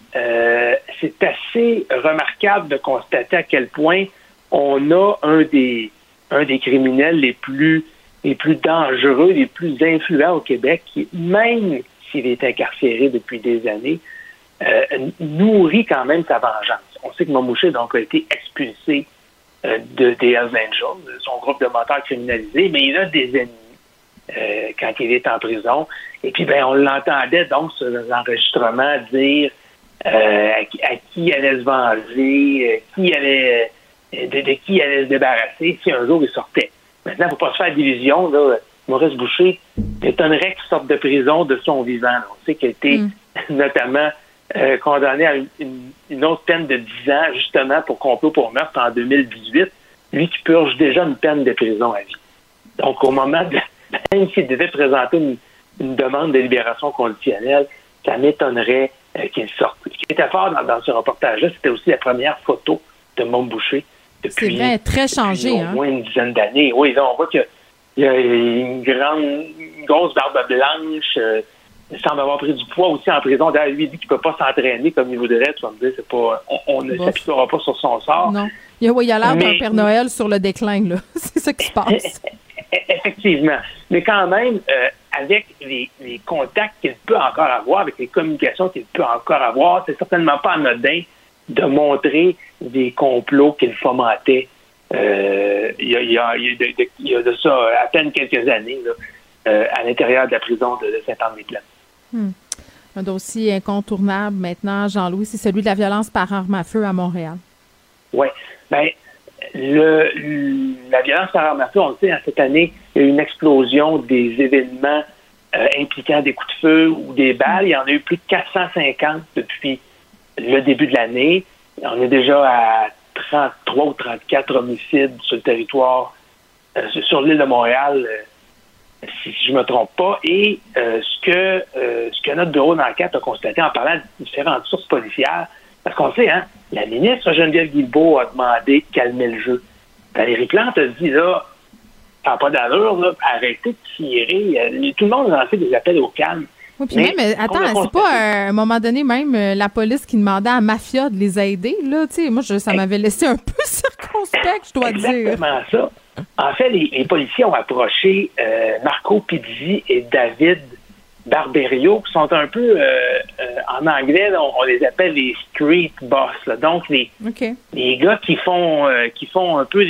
remarquable de constater à quel point on a un des criminels les plus dangereux, les plus influents au Québec, qui, même s'il est incarcéré depuis des années, nourrit quand même sa vengeance. On sait que Mom Boucher, donc, a été expulsé des Hells Angels, son groupe de motards criminalisés, mais il a des ennemis quand il est en prison. Et puis, on l'entendait donc sur l'enregistrement dire à qui il allait se venger, de qui il allait se débarrasser si un jour il sortait. Maintenant, il ne faut pas se faire d'illusions. Maurice Boucher étonnerait qu'il sorte de prison de son vivant. Là. On sait qu'il a été notamment condamné à une autre peine de 10 ans, justement, pour complot pour meurtre en 2018. Lui qui purge déjà une peine de prison à vie. Donc, au moment même s'il devait présenter une demande de libération conditionnelle, ça m'étonnerait qu'il sorte. Ce qui était fort dans ce reportage-là, c'était aussi la première photo de Mom Boucher. C'est vrai, très changé. Au moins une dizaine d'années. Oui, là, on voit qu'il y a une grosse barbe blanche. Il semble avoir pris du poids aussi en prison. D'ailleurs, lui, il dit qu'il ne peut pas s'entraîner comme il voudrait. Tu vas me dire, c'est pas, on ne s'apitoiera pas sur son sort. Non. Il a l'air d'un Père Noël sur le déclin, là. C'est ça qui se passe. Effectivement. Mais quand même, avec les contacts qu'il peut encore avoir, avec les communications qu'il peut encore avoir, c'est certainement pas anodin de montrer des complots qu'il fomentait il y a de ça à peine quelques années là, à l'intérieur de la prison de Saint-Anne-des-Plaines. Un dossier incontournable maintenant, Jean-Louis, c'est celui de la violence par arme à feu à Montréal. Oui. La violence par arme à feu, on le sait, cette année, il y a eu une explosion des événements impliquant des coups de feu ou des balles. Il y en a eu plus de 450 depuis le début de l'année. On est déjà à 33 ou 34 homicides sur le territoire, sur l'île de Montréal, si je ne me trompe pas. Et ce que notre bureau d'enquête a constaté en parlant de différentes sources policières, parce qu'on sait, la ministre Geneviève Guilbeault a demandé de calmer le jeu. Valérie Plante a dit, là, ça n'a pas d'allure, là, arrêtez de tirer. Tout le monde a lancé des appels au calme. Oui, puis même, attends, c'est pas à un moment donné même la police qui demandait à la mafia de les aider, là, tu sais, moi, ça m'avait laissé un peu circonspect, je dois dire. Exactement ça. En fait, les policiers ont approché Marco Pizzi et David Barberio, qui sont un peu, en anglais, on les appelle les street boss, là. Donc, les gars qui font un peu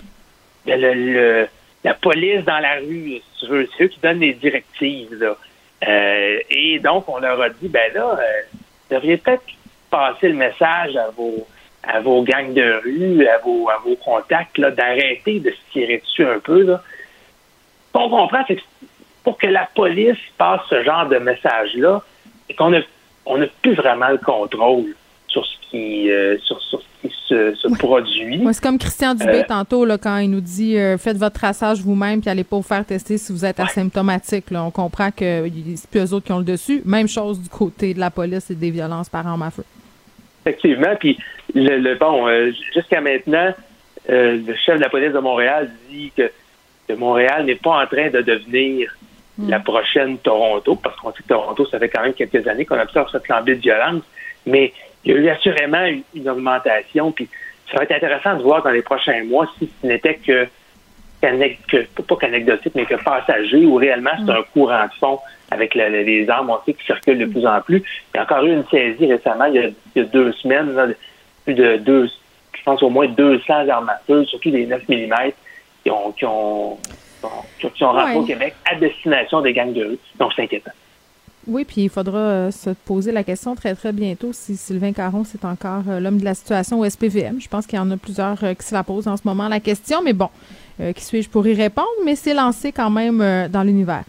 la police dans la rue, si tu veux. C'est eux qui donnent les directives, là. Et donc, on leur a dit, vous devriez peut-être passer le message à vos gangs de rue, à vos contacts, là, d'arrêter de se tirer dessus un peu, là. Ce qu'on comprend, c'est que pour que la police passe ce genre de message-là, c'est qu'on n'a plus vraiment le contrôle sur ce qui se produit. Ouais, c'est comme Christian Dubé tantôt, là, quand il nous dit faites votre traçage vous-même puis allez pas vous faire tester si vous êtes asymptomatique. Là. On comprend que c'est plus eux autres qui ont le dessus. Même chose du côté de la police et des violences par arme à feu. Effectivement. Puis, jusqu'à maintenant, le chef de la police de Montréal dit que Montréal n'est pas en train de devenir la prochaine Toronto, parce qu'on sait que Toronto, ça fait quand même quelques années qu'on observe cette flambée de violence, mais il y a eu assurément une augmentation, puis ça va être intéressant de voir dans les prochains mois si ce n'était pas qu'anecdotique, mais que passager, ou réellement c'est un courant de fond avec les armes, on sait, qui circulent de plus en plus. Il y a encore eu une saisie récemment, il y a 2 semaines, là, plus de je pense au moins 200 armes à feu, surtout des 9 mm, qui ont rentré au Québec à destination des gangs de rue. Donc, c'est inquiétant. Oui, puis il faudra se poser la question très, très bientôt si Sylvain Caron, c'est encore l'homme de la situation au SPVM. Je pense qu'il y en a plusieurs qui se la posent en ce moment, la question. Mais bon, qui suis-je pour y répondre? Mais c'est lancé quand même dans l'univers.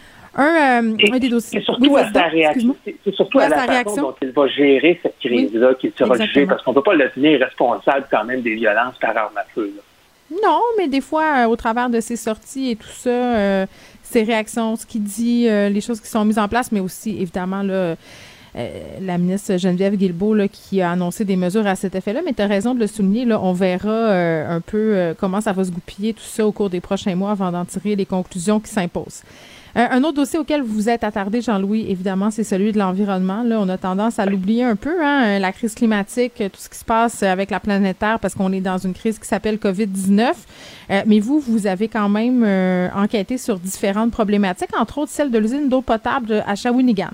Un des dossiers. C'est surtout à sa réaction. C'est surtout à la façon dont il va gérer cette crise-là qu'il sera jugé, parce qu'on ne peut pas le tenir responsable quand même des violences par arme à feu. Là. Non, mais des fois, au travers de ses sorties et tout ça, ses réactions, ce qu'il dit, les choses qui sont mises en place, mais aussi, évidemment, là, la ministre Geneviève Guilbeault là, qui a annoncé des mesures à cet effet-là. Mais tu as raison de le souligner, là, on verra un peu comment ça va se goupiller tout ça au cours des prochains mois avant d'en tirer les conclusions qui s'imposent. Un autre dossier auquel vous êtes attardé, Jean-Louis, évidemment, c'est celui de l'environnement. Là, on a tendance à l'oublier un peu, hein, la crise climatique, tout ce qui se passe avec la planète Terre, parce qu'on est dans une crise qui s'appelle COVID-19. Mais vous avez quand même enquêté sur différentes problématiques, entre autres celle de l'usine d'eau potable à Shawinigan.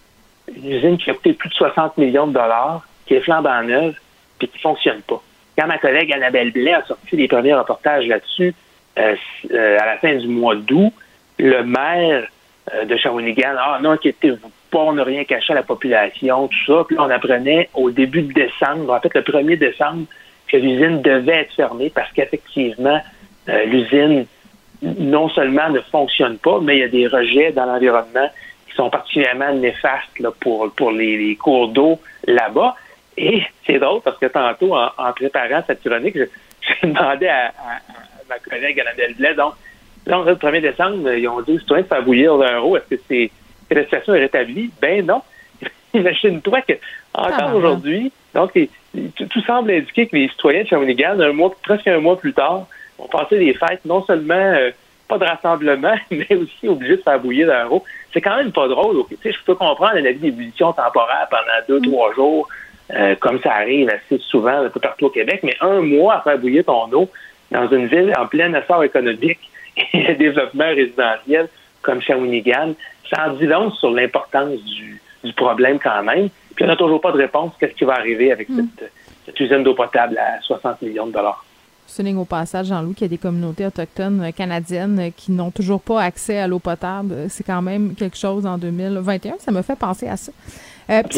Une usine qui a coûté plus de 60 millions de dollars, qui est flambant neuve, puis qui ne fonctionne pas. Quand ma collègue Annabelle Blais a sorti les premiers reportages là-dessus, à la fin du mois d'août, le maire de Shawinigan, non, inquiétez-vous pas, on n'a rien caché à la population, tout ça. Puis là, on apprenait au début de décembre, en fait le 1er décembre, que l'usine devait être fermée parce qu'effectivement, l'usine non seulement ne fonctionne pas, mais il y a des rejets dans l'environnement qui sont particulièrement néfastes là, pour les cours d'eau là-bas. Et c'est drôle parce que tantôt, en préparant cette chronique, je demandais à ma collègue Annabelle Blais, donc, là, le 1er décembre, ils ont dit aux citoyens de faire bouillir €. Est-ce que la situation est rétablie? Ben non. Imagine-toi que encore aujourd'hui, donc tout semble indiquer que les citoyens de Shawinigan, presque un mois plus tard, ont passé des fêtes, non seulement pas de rassemblement, mais aussi obligés de faire bouillir €. C'est quand même pas drôle. Okay? Je peux comprendre la vie d'ébullition temporaire pendant 2-3 jours, comme ça arrive assez souvent un peu partout au Québec, mais un mois à faire bouillir ton eau dans une ville en plein essor économique et développement résidentiel comme Shawinigan, ça en dit long sur l'importance du problème quand même. Puis on n'a toujours pas de réponse. Qu'est-ce qui va arriver avec cette usine d'eau potable à 60 millions de dollars? Je souligne au passage, Jean-Louis, qu'il y a des communautés autochtones canadiennes qui n'ont toujours pas accès à l'eau potable. C'est quand même quelque chose en 2021. Ça me fait penser à ça. Petit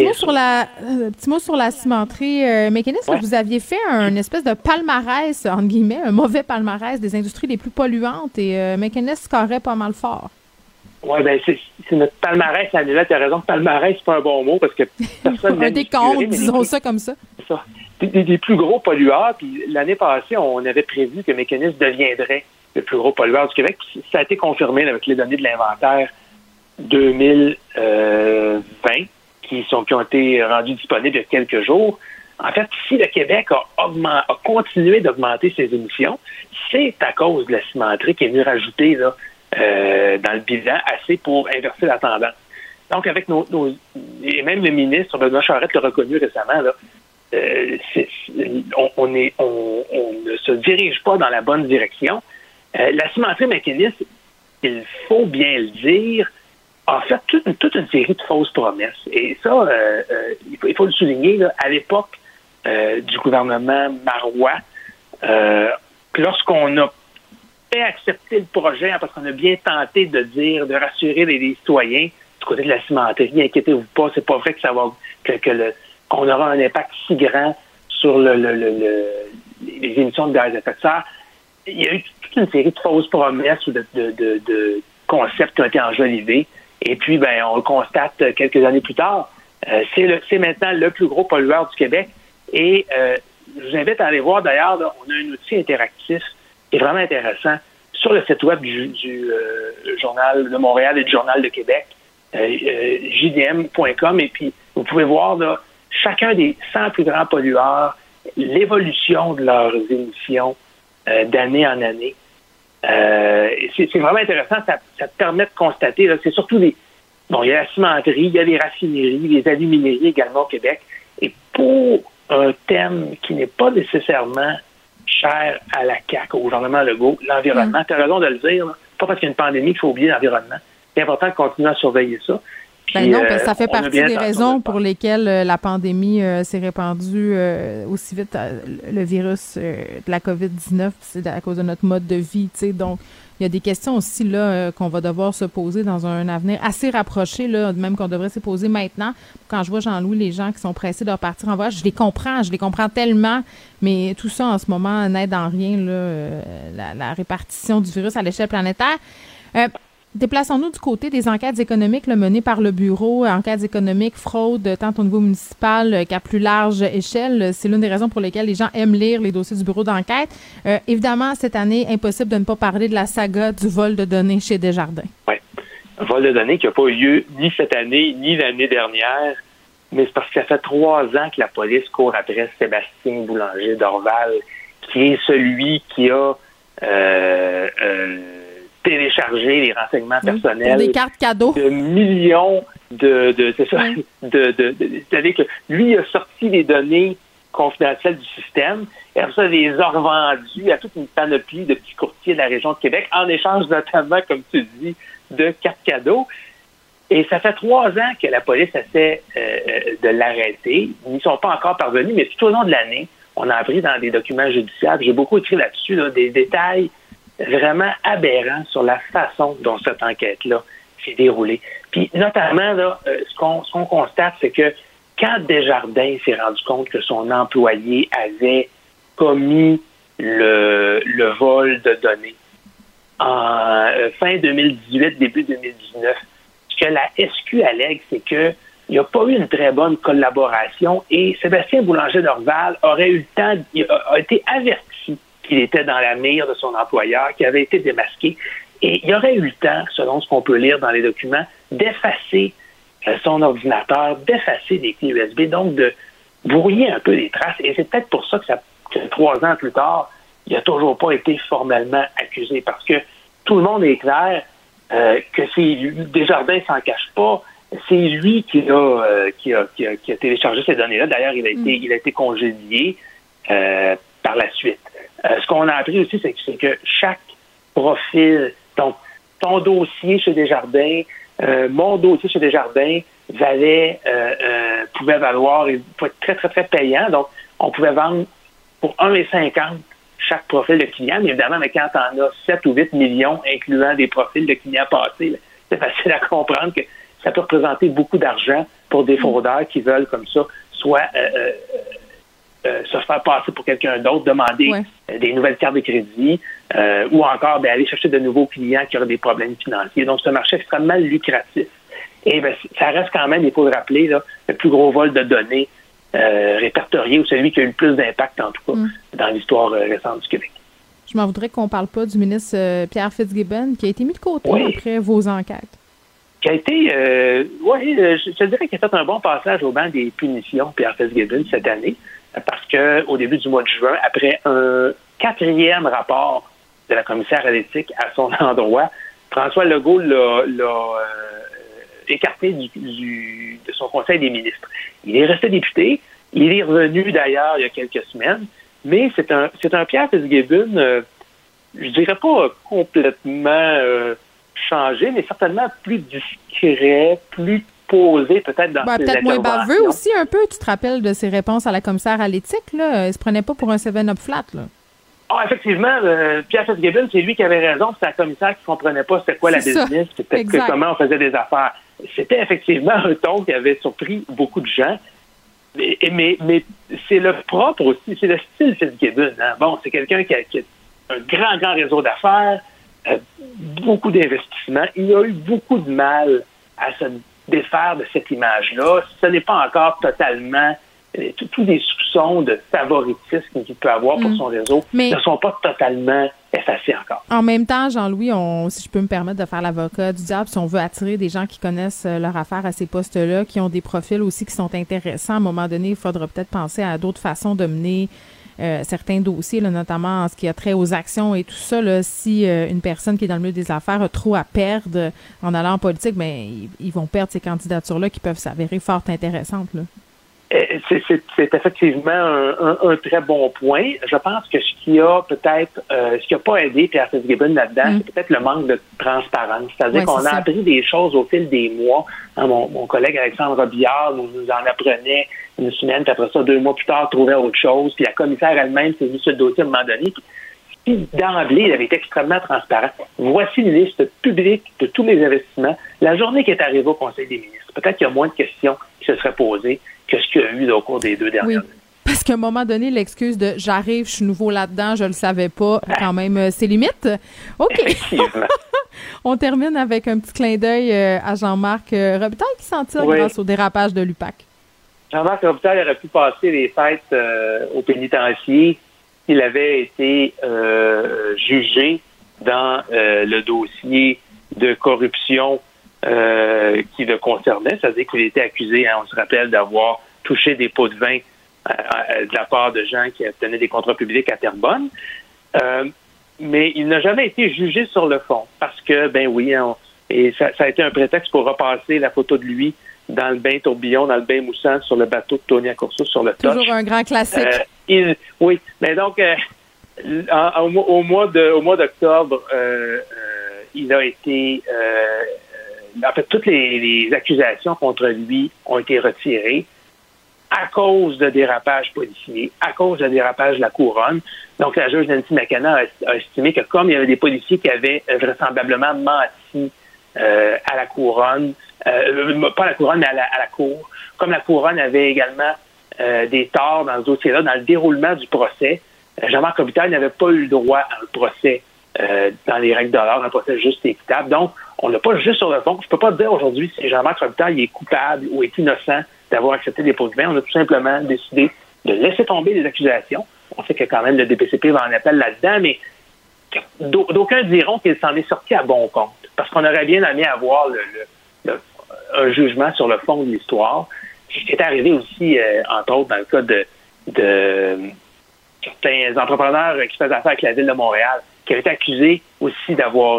mot sur la cimenterie mécaniste. Ouais. Vous aviez fait un espèce de palmarès, entre guillemets, un mauvais palmarès des industries les plus polluantes et mécaniste scorait pas mal fort. Oui, bien, c'est notre palmarès annuel. Tu as raison, palmarès, c'est pas un bon mot parce que personne un décompte, disons ça comme ça. C'est ça. Des plus gros pollueurs. Puis l'année passée, on avait prévu que Mécanisme deviendrait le plus gros pollueur du Québec. Puis ça a été confirmé avec les données de l'inventaire 2020 qui ont été rendues disponibles il y a quelques jours. En fait, si le Québec a continué d'augmenter ses émissions, c'est à cause de la cimenterie qui est venue rajouter là, dans le bilan assez pour inverser la tendance. Donc, avec et même le ministre Benoît Charette l'a reconnu récemment, là, on ne se dirige pas dans la bonne direction. La cimenterie mécaniste, il faut bien le dire, a fait toute une série de fausses promesses. Et ça, il faut le souligner, là, à l'époque du gouvernement Marois, lorsqu'on a fait accepter le projet, parce qu'on a bien tenté de rassurer les citoyens du côté de la cimenterie, inquiétez-vous pas, c'est pas vrai que ça va qu'on aura un impact si grand sur les émissions de gaz à effet de serre. Il y a eu toute une série de fausses promesses ou de concepts qui ont été enjolivés. Et puis, on le constate quelques années plus tard. C'est maintenant le plus gros pollueur du Québec. Et je vous invite à aller voir, d'ailleurs, là, on a un outil interactif qui est vraiment intéressant sur le site web du Journal de Montréal et du Journal de Québec, jdm.com. Et puis, vous pouvez voir là, chacun des 100 plus grands pollueurs, l'évolution de leurs émissions d'année en année. C'est vraiment intéressant. Ça te permet de constater, là, c'est surtout il y a la cimenterie, il y a les raffineries, les alumineries également au Québec. Et pour un thème qui n'est pas nécessairement cher à la CAQ, au gouvernement Legault, l'environnement, tu as raison de le dire, là, pas parce qu'il y a une pandémie qu'il faut oublier l'environnement. C'est important de continuer à surveiller ça. Ben non, parce que ça fait partie des raisons pour lesquelles la pandémie s'est répandue aussi vite, le virus de la COVID-19, c'est à cause de notre mode de vie, tu sais. Donc, il y a des questions aussi là qu'on va devoir se poser dans un avenir assez rapproché, là, même qu'on devrait se poser maintenant. Quand je vois, Jean-Louis, les gens qui sont pressés de repartir en voyage, je les comprends tellement, mais tout ça en ce moment n'aide en rien là, la répartition du virus à l'échelle planétaire. Déplaçons-nous du côté des enquêtes économiques là, menées par le Bureau, enquêtes économiques, fraude, tant au niveau municipal qu'à plus large échelle. C'est l'une des raisons pour lesquelles les gens aiment lire les dossiers du Bureau d'enquête. Évidemment, cette année, impossible de ne pas parler de la saga du vol de données chez Desjardins. Oui, un vol de données qui n'a pas eu lieu ni cette année, ni l'année dernière, mais c'est parce que ça fait 3 ans que la police court après Sébastien Boulanger d'Orval, qui est celui qui a télécharger les renseignements personnels. Pour des cartes cadeaux. De millions c'est ça. Oui. C'est-à-dire que lui a sorti les données confidentielles du système et après ça les a revendues à toute une panoplie de petits courtiers de la région de Québec en échange notamment, comme tu dis, de cartes cadeaux. Et ça fait 3 ans que la police essaie de l'arrêter. Ils n'y sont pas encore parvenus, mais tout au long de l'année, on a appris dans des documents judiciaires, j'ai beaucoup écrit là-dessus, là, des détails vraiment aberrant sur la façon dont cette enquête-là s'est déroulée. Puis notamment, là, ce qu'on constate, c'est que quand Desjardins s'est rendu compte que son employé avait commis le vol de données en fin 2018, début 2019, ce que la SQ allègue, c'est qu'il n'y a pas eu une très bonne collaboration et Sébastien Boulanger d'Orval aurait eu le temps, a été averti qu'il était dans la mire de son employeur, qui avait été démasqué. Et il aurait eu le temps, selon ce qu'on peut lire dans les documents, d'effacer son ordinateur, d'effacer des clés USB, donc de brouiller un peu les traces. Et c'est peut-être pour ça que 3 ans plus tard, il n'a toujours pas été formellement accusé, parce que tout le monde est clair que c'est lui, Desjardins s'en cache pas, c'est lui qui a téléchargé ces données-là. D'ailleurs, il a été congédié par la suite. Ce qu'on a appris aussi, c'est que chaque profil, donc ton dossier chez Desjardins, mon dossier chez Desjardins pouvait valoir et pouvait être très, très, très payant. Donc, on pouvait vendre pour 1,50 chaque profil de client. Mais évidemment, mais quand on a 7 ou 8 millions, incluant des profils de clients passés, là, c'est facile à comprendre que ça peut représenter beaucoup d'argent pour des fraudeurs qui veulent comme ça soit se faire passer pour quelqu'un d'autre, demander des nouvelles cartes de crédit ou encore aller chercher de nouveaux clients qui auraient des problèmes financiers. Donc, c'est un marché extrêmement lucratif. Et ça reste quand même, il faut le rappeler, là, le plus gros vol de données répertorié ou celui qui a eu le plus d'impact, en tout cas, dans l'histoire récente du Québec. Je m'en voudrais qu'on ne parle pas du ministre Pierre Fitzgibbon, qui a été mis de côté après vos enquêtes. Qui a été, je te dirais qu'il a fait un bon passage au banc des punitions, Pierre Fitzgibbon, cette année, parce qu'au début du mois de juin, après un 4e rapport de la commissaire à l'éthique à son endroit, François Legault l'a écarté de son conseil des ministres. Il est resté député. Il est revenu d'ailleurs il y a quelques semaines, mais c'est un Pierre Fitzgibbon, je dirais pas complètement changé, mais certainement plus discret, plus posé peut-être dans ses peut-être moins interventions. baveux aussi un peu. Tu te rappelles de ses réponses à la commissaire à l'éthique, là? Il se prenait pas pour un 7-up flat, là. Ah, effectivement, Pierre Fitzgibbon, c'est lui qui avait raison, c'est la commissaire qui ne comprenait pas c'était quoi la business, c'était comment on faisait des affaires. C'était effectivement un ton qui avait surpris beaucoup de gens. Mais c'est le propre aussi, c'est le style Fitzgibbon. Hein? Bon, c'est quelqu'un qui a un grand réseau d'affaires, beaucoup d'investissements. Il a eu beaucoup de mal à se défaire de cette image-là. Ce n'est pas encore totalement... Tous les soupçons de favoritisme qu'il peut avoir pour son réseau ne sont pas totalement effacés encore. En même temps, Jean-Louis, si je peux me permettre de faire l'avocat du diable, si on veut attirer des gens qui connaissent leur affaire à ces postes-là, qui ont des profils aussi qui sont intéressants, à un moment donné, il faudra peut-être penser à d'autres façons de mener certains dossiers, là, notamment en ce qui a trait aux actions et tout ça. Là, si une personne qui est dans le milieu des affaires a trop à perdre en allant en politique, ils vont perdre ces candidatures-là qui peuvent s'avérer fort intéressantes, là. C'est effectivement un très bon point. Je pense que ce qui a pas aidé Pierre Fitzgibbon là-dedans, c'est peut-être le manque de transparence. C'est-à-dire qu'on a appris des choses au fil des mois. Mon collègue Alexandre Robillard nous en apprenait une semaine, puis après ça, 2 mois plus tard, trouvait autre chose. Puis la commissaire elle-même s'est vue sur le dossier à un moment donné. Puis d'emblée, il avait été extrêmement transparent. Voici une liste publique de tous les investissements. La journée qui est arrivée au Conseil des ministres, peut-être qu'il y a moins de questions qui se seraient posées que ce qu'il y a eu au cours des 2 dernières années. Parce qu'à un moment donné, l'excuse de « j'arrive, je suis nouveau là-dedans, je le savais pas », quand même, c'est limite. OK. On termine avec un petit clin d'œil à Jean-Marc Robitaille qui s'en tire grâce au dérapage de l'UPAC. Jean-Marc Robitaille aurait pu passer les fêtes au pénitencier s'il avait été jugé dans le dossier de corruption qui le concernait, c'est-à-dire qu'il était accusé, on se rappelle, d'avoir touché des pots de vin de la part de gens qui obtenaient des contrats publics à Terrebonne. Mais il n'a jamais été jugé sur le fond parce que, et ça a été un prétexte pour repasser la photo de lui dans le bain tourbillon, dans le bain moussant sur le bateau de Tony Accurso sur le Touch. Toujours un grand classique. Oui, mais donc au mois d'octobre, il a été en fait, toutes les accusations contre lui ont été retirées à cause de dérapages policiers, à cause de dérapages de la couronne. Donc, la juge Nancy McKenna a estimé que comme il y avait des policiers qui avaient vraisemblablement menti à la couronne, pas à la couronne, mais à la cour, comme la couronne avait également des torts dans ce dossier-là, dans le déroulement du procès, Jean-Marc Robitaille n'avait pas eu le droit à un procès dans les règles de l'art, un procès juste et équitable. Donc, on n'a pas juste sur le fond. Je ne peux pas dire aujourd'hui si Jean-Marc Robitaille est coupable ou est innocent d'avoir accepté des pots de vin. On a tout simplement décidé de laisser tomber les accusations. On sait que quand même le DPCP va en appel là-dedans, mais d'aucuns diront qu'il s'en est sorti à bon compte. Parce qu'on aurait bien aimé avoir un jugement sur le fond de l'histoire. Ce qui est arrivé aussi, entre autres, dans le cas de certains entrepreneurs qui faisaient affaire avec la Ville de Montréal, qui avaient été accusés aussi d'avoir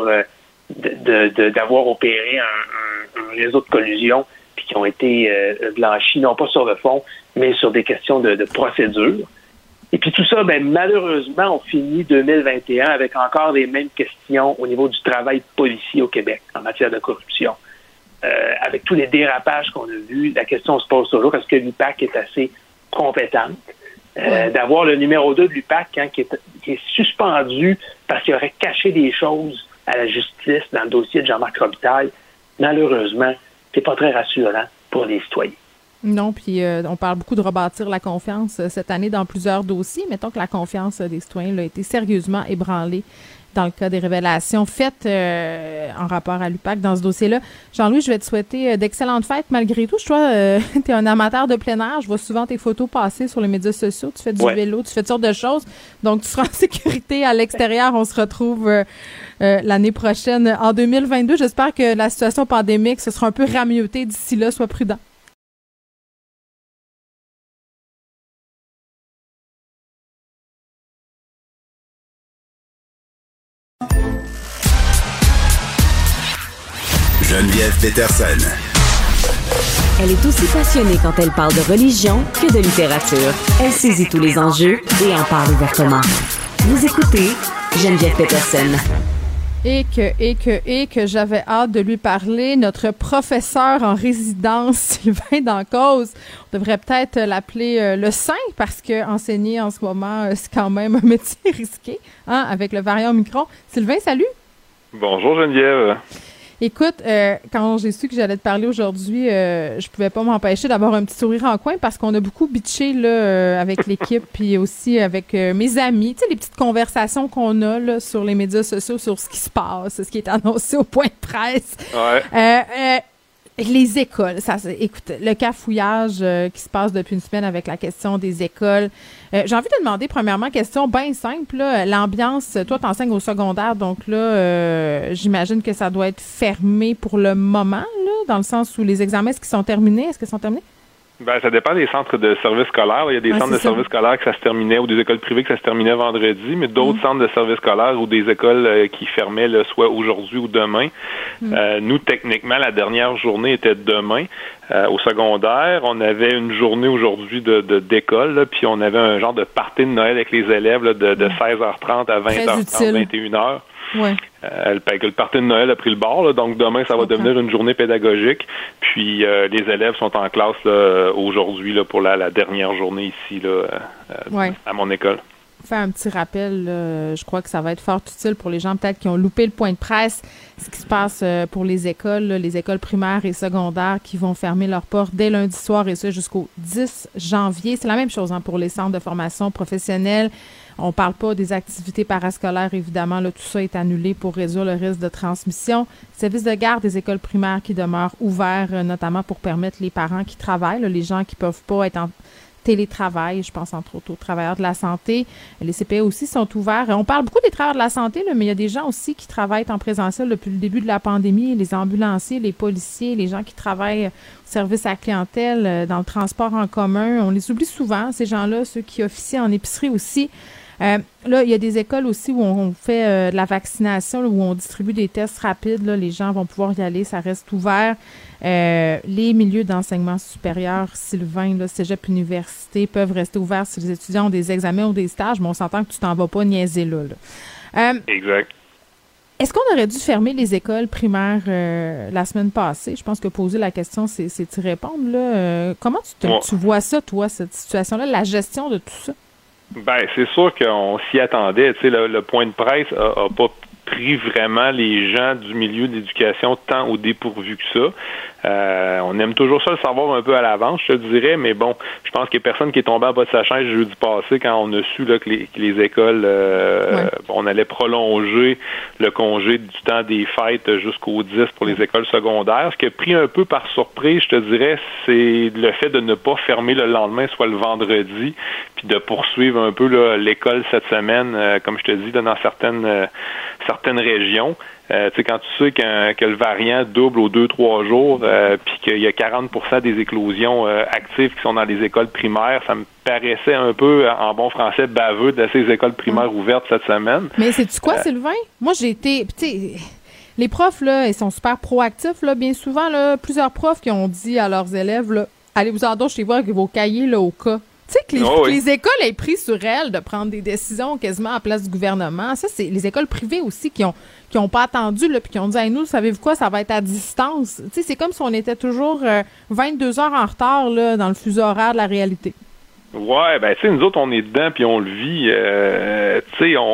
opéré un réseau de collusion, puis qui ont été blanchis, non pas sur le fond, mais sur des questions de procédure. Et puis tout ça, malheureusement, on finit 2021 avec encore les mêmes questions au niveau du travail policier au Québec en matière de corruption. Avec tous les dérapages qu'on a vus, la question se pose toujours, est-ce que l'UPAC est assez compétente? D'avoir le numéro 2 de l'UPAC qui est suspendu parce qu'il aurait caché des choses à la justice dans le dossier de Jean-Marc Robitaille, malheureusement, c'est pas très rassurant pour les citoyens. Non, puis on parle beaucoup de rebâtir la confiance cette année dans plusieurs dossiers. Mettons que la confiance des citoyens a été sérieusement ébranlée dans le cas des révélations faites en rapport à l'UPAC dans ce dossier-là. Jean-Louis, je vais te souhaiter d'excellentes fêtes malgré tout. Toi, tu es un amateur de plein air. Je vois souvent tes photos passer sur les médias sociaux. Tu fais du vélo, tu fais toutes sortes de choses. Donc, tu seras en sécurité à l'extérieur. On se retrouve l'année prochaine, en 2022. J'espère que la situation pandémique se sera un peu ramioutée d'ici là. Sois prudent. Geneviève Peterson. Elle est aussi passionnée quand elle parle de religion que de littérature. Elle saisit tous les enjeux et en parle ouvertement. Vous écoutez Geneviève Peterson. Et que j'avais hâte de lui parler, notre professeur en résidence, Sylvain Dancause. On devrait peut-être l'appeler le Saint parce que enseigner en ce moment, c'est quand même un métier risqué, avec le variant Omicron. Sylvain, salut! Bonjour Geneviève. Écoute, quand j'ai su que j'allais te parler aujourd'hui, je pouvais pas m'empêcher d'avoir un petit sourire en coin parce qu'on a beaucoup bitché là avec l'équipe puis aussi avec mes amis. Tu sais, les petites conversations qu'on a là sur les médias sociaux sur ce qui se passe, ce qui est annoncé au point de presse. Ouais. Les écoles, écoute, le cafouillage qui se passe depuis une semaine avec la question des écoles. J'ai envie de te demander, premièrement, question bien simple, là, l'ambiance, toi, t'enseignes au secondaire, donc là, j'imagine que ça doit être fermé pour le moment, là, dans le sens où les examens, est-ce qu'ils sont terminés? Est-ce qu'ils sont terminés? Ben, ça dépend des centres de services scolaires. Il y a des centres de services scolaires que ça se terminait, ou des écoles privées que ça se terminait vendredi, mais d'autres centres de services scolaires ou des écoles qui fermaient là, soit aujourd'hui ou demain. Nous, techniquement, la dernière journée était demain. Au secondaire, on avait une journée aujourd'hui d'école, là, puis on avait un genre de party de Noël avec les élèves là, de 16h30 à 20h30, 21h. Ouais. Le party de Noël a pris le bord, là, donc demain, ça va devenir une journée pédagogique. Puis les élèves sont en classe là, aujourd'hui là, pour la dernière journée ici là, à mon école. Faire un petit rappel, je crois que ça va être fort utile pour les gens peut-être qui ont loupé le point de presse, ce qui se passe pour les écoles, là, les écoles primaires et secondaires qui vont fermer leurs portes dès lundi soir et ça jusqu'au 10 janvier. C'est la même chose pour les centres de formation professionnelle. On parle pas des activités parascolaires, évidemment. Là, tout ça est annulé pour réduire le risque de transmission. Service de garde des écoles primaires qui demeurent ouverts, notamment pour permettre les parents qui travaillent, là, les gens qui peuvent pas être en télétravail, je pense entre autres aux travailleurs de la santé. Les CPE aussi sont ouverts. On parle beaucoup des travailleurs de la santé, là, mais il y a des gens aussi qui travaillent en présentiel depuis le début de la pandémie, les ambulanciers, les policiers, les gens qui travaillent au service à la clientèle, dans le transport en commun. On les oublie souvent, ces gens-là, ceux qui officient en épicerie aussi. Là, il y a des écoles aussi où on fait de la vaccination, là, où on distribue des tests rapides. Là, les gens vont pouvoir y aller, ça reste ouvert. Les milieux d'enseignement supérieur, Sylvain, là, cégep, université, peuvent rester ouverts si les étudiants ont des examens ou des stages, mais on s'entend que tu t'en vas pas niaiser là. Exact. Est-ce qu'on aurait dû fermer les écoles primaires la semaine passée? Je pense que poser la question, c'est y répondre. Là. Comment tu vois ça, toi, cette situation-là, la gestion de tout ça? Ben, c'est sûr qu'on s'y attendait. Tu sais, le point de presse a pas pris vraiment les gens du milieu de l'éducation tant au dépourvu que ça. On aime toujours ça le savoir un peu à l'avance, je te dirais, mais bon, je pense qu'il y a personne qui est tombé en bas de sa chaise jeudi passé quand on a su là, que les écoles, on allait prolonger le congé du temps des fêtes jusqu'au 10 pour les écoles secondaires. Ce qui a pris un peu par surprise, je te dirais, c'est le fait de ne pas fermer le lendemain, soit le vendredi, puis de poursuivre un peu là, l'école cette semaine, comme je te dis, là, dans certaines régions. Tu sais, quand tu sais que le variant double aux 2-3 jours, puis qu'il y a 40% des éclosions actives qui sont dans les écoles primaires, ça me paraissait un peu, en bon français, baveux de ces écoles primaires ouvertes cette semaine. Mais sais-tu quoi, Sylvain? Moi, j'ai été... Tu sais, les profs, là, ils sont super proactifs, là. Bien souvent, là, plusieurs profs qui ont dit à leurs élèves, là, allez-vous-en donc chez vous avec vos cahiers, là, au cas. Tu sais, que les écoles aient pris sur elles de prendre des décisions quasiment à place du gouvernement. Ça, c'est les écoles privées aussi qui ont pas attendu, là, puis qui ont dit, hey, nous, savez-vous quoi, ça va être à distance. Tu sais, c'est comme si on était toujours 22 heures en retard, là, dans le fuseau horaire de la réalité. Ouais, ben, tu sais, nous autres, on est dedans, puis on le vit. Tu sais,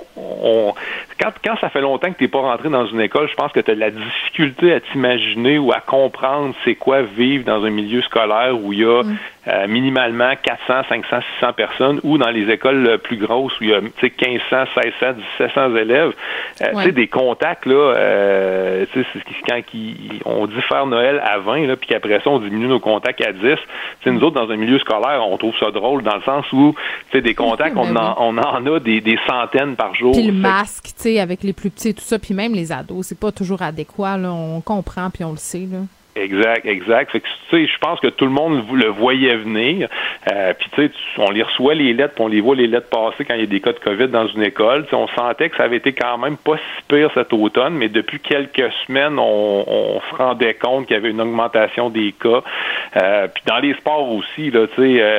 quand ça fait longtemps que t'es pas rentré dans une école, je pense que tu as de la difficulté à t'imaginer ou à comprendre c'est quoi vivre dans un milieu scolaire où il y a minimalement 400, 500, 600 personnes, ou dans les écoles plus grosses où il y a 1500, 1600, 1700 élèves. Tu sais, des contacts, là, tu sais, quand on dit faire Noël à 20, là, puis qu'après ça, on diminue nos contacts à 10. Tu sais, nous autres, dans un milieu scolaire, on trouve ça drôle dans le sens où, tu sais, des contacts, on en a des centaines par jour. Puis le masque, tu sais, avec les plus petits et tout ça, puis même les ados, c'est pas toujours adéquat, là, on comprend puis on le sait, là. Exact. Fait que, tu sais, je pense que tout le monde le voyait venir. Puis, tu sais, on les reçoit les lettres, puis on les voit les lettres passer quand il y a des cas de COVID dans une école. Tu sais, on sentait que ça avait été quand même pas si pire cet automne, mais depuis quelques semaines, on se rendait compte qu'il y avait une augmentation des cas. Puis dans les sports aussi, là, tu sais,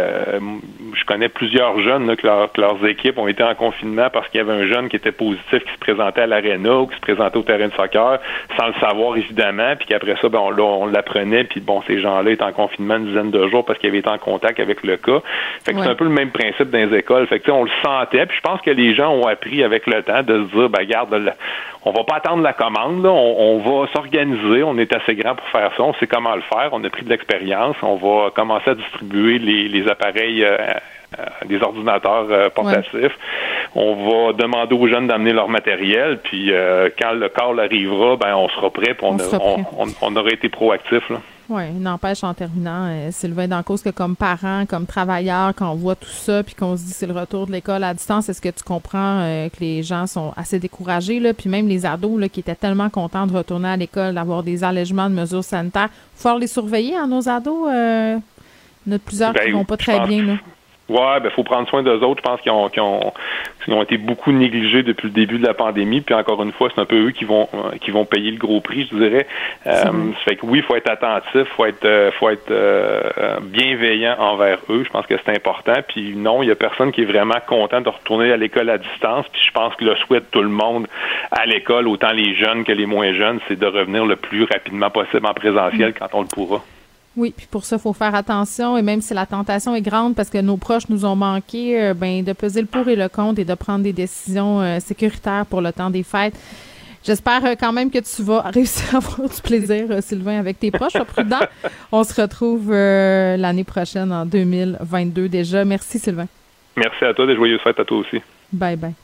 je connais plusieurs jeunes là, que leurs équipes ont été en confinement parce qu'il y avait un jeune qui était positif qui se présentait à l'aréna ou qui se présentait au terrain de soccer sans le savoir évidemment, puis qu'après ça, on l'apprenait, puis bon, ces gens-là étaient en confinement une dizaine de jours parce qu'ils avaient été en contact avec le cas. Fait que c'est un peu le même principe dans les écoles. Fait que, tu sais, on le sentait, puis je pense que les gens ont appris avec le temps de se dire, ben, regarde, on va pas attendre la commande, là, on va s'organiser, on est assez grand pour faire ça, on sait comment le faire, on a pris de l'expérience, on va commencer à distribuer les appareils des ordinateurs portatifs. On va demander aux jeunes d'amener leur matériel, puis quand le call arrivera, ben on sera prêt, puis on aurait été proactif, là. Oui, n'empêche en terminant, Sylvain Dancause, que comme parent, comme travailleur, quand on voit tout ça, puis qu'on se dit c'est le retour de l'école à distance, est-ce que tu comprends que les gens sont assez découragés, là, puis même les ados là, qui étaient tellement contents de retourner à l'école, d'avoir des allègements de mesures sanitaires, il faut les surveiller, hein, nos ados, Il y en a plusieurs qui vont pas très bien, là. Ouais, faut prendre soin d'eux autres. Je pense qu'ils ont été beaucoup négligés depuis le début de la pandémie. Puis encore une fois, c'est un peu eux qui vont payer le gros prix, je dirais. Ça fait que oui, il faut être attentif, faut être bienveillant envers eux. Je pense que c'est important. Puis non, il y a personne qui est vraiment content de retourner à l'école à distance. Puis je pense que le souhait de tout le monde à l'école, autant les jeunes que les moins jeunes, c'est de revenir le plus rapidement possible en présentiel quand on le pourra. Oui, puis pour ça, il faut faire attention, et même si la tentation est grande parce que nos proches nous ont manqué, de peser le pour et le contre et de prendre des décisions sécuritaires pour le temps des fêtes. J'espère quand même que tu vas réussir à avoir du plaisir, Sylvain, avec tes proches. Sois prudent. On se retrouve l'année prochaine, en 2022 déjà. Merci, Sylvain. Merci à toi, des joyeuses fêtes à toi aussi. Bye bye.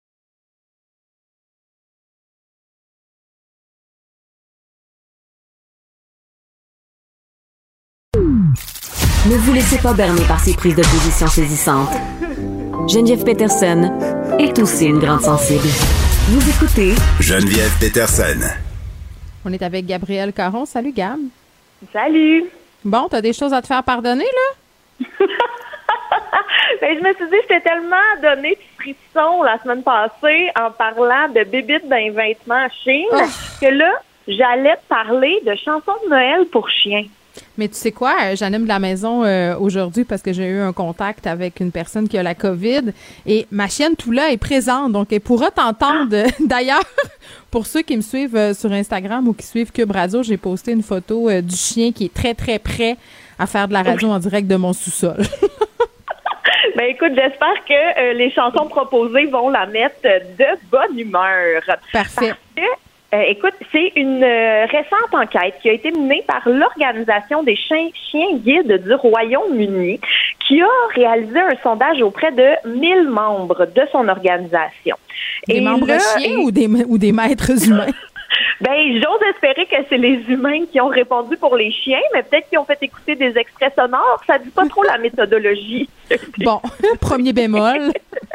Ne vous laissez pas berner par ces prises de position saisissantes. Geneviève Peterson est aussi une grande sensible. Vous écoutez Geneviève Peterson. On est avec Gabrielle Caron. Salut, Gab. Salut. Bon, t'as des choses à te faire pardonner, là? Ben, je me suis dit, je t'ai tellement donné de frissons la semaine passée en parlant de bébites dans les vêtements Chine que là, j'allais te parler de chansons de Noël pour chiens. Mais tu sais quoi, j'anime de la maison aujourd'hui parce que j'ai eu un contact avec une personne qui a la COVID et ma chienne Toula est présente, donc elle pourra t'entendre. D'ailleurs, pour ceux qui me suivent sur Instagram ou qui suivent Cube Radio, j'ai posté une photo du chien qui est très, très prêt à faire de la radio en direct de mon sous-sol. Ben écoute, j'espère que les chansons proposées vont la mettre de bonne humeur. Parfait. Écoute, c'est une récente enquête qui a été menée par l'Organisation des chiens guides du Royaume-Uni qui a réalisé un sondage auprès de 1000 membres de son organisation. Des membres chiens ou des maîtres humains? Ben, j'ose espérer que c'est les humains qui ont répondu pour les chiens, mais peut-être qu'ils ont fait écouter des extraits sonores. Ça dit pas trop la méthodologie. Bon, premier bémol.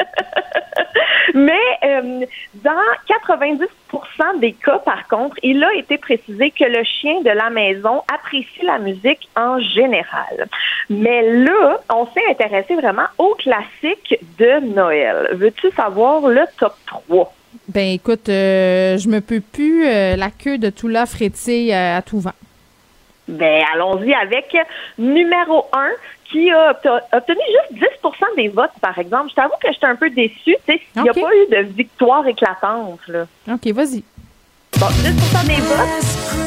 Mais dans 90% des cas, par contre, il a été précisé que le chien de la maison apprécie la musique en général. Mais là, on s'est intéressé vraiment aux classiques de Noël. Veux-tu savoir le top 3? Ben écoute, je me peux plus la queue de Toula frétille à tout vent. Ben allons-y avec numéro 1 qui a obtenu juste 10% des votes, par exemple. Je t'avoue que j'étais un peu déçue. Tu sais, il n'y a pas eu de victoire éclatante, là. OK, vas-y. Bon, 10% des votes.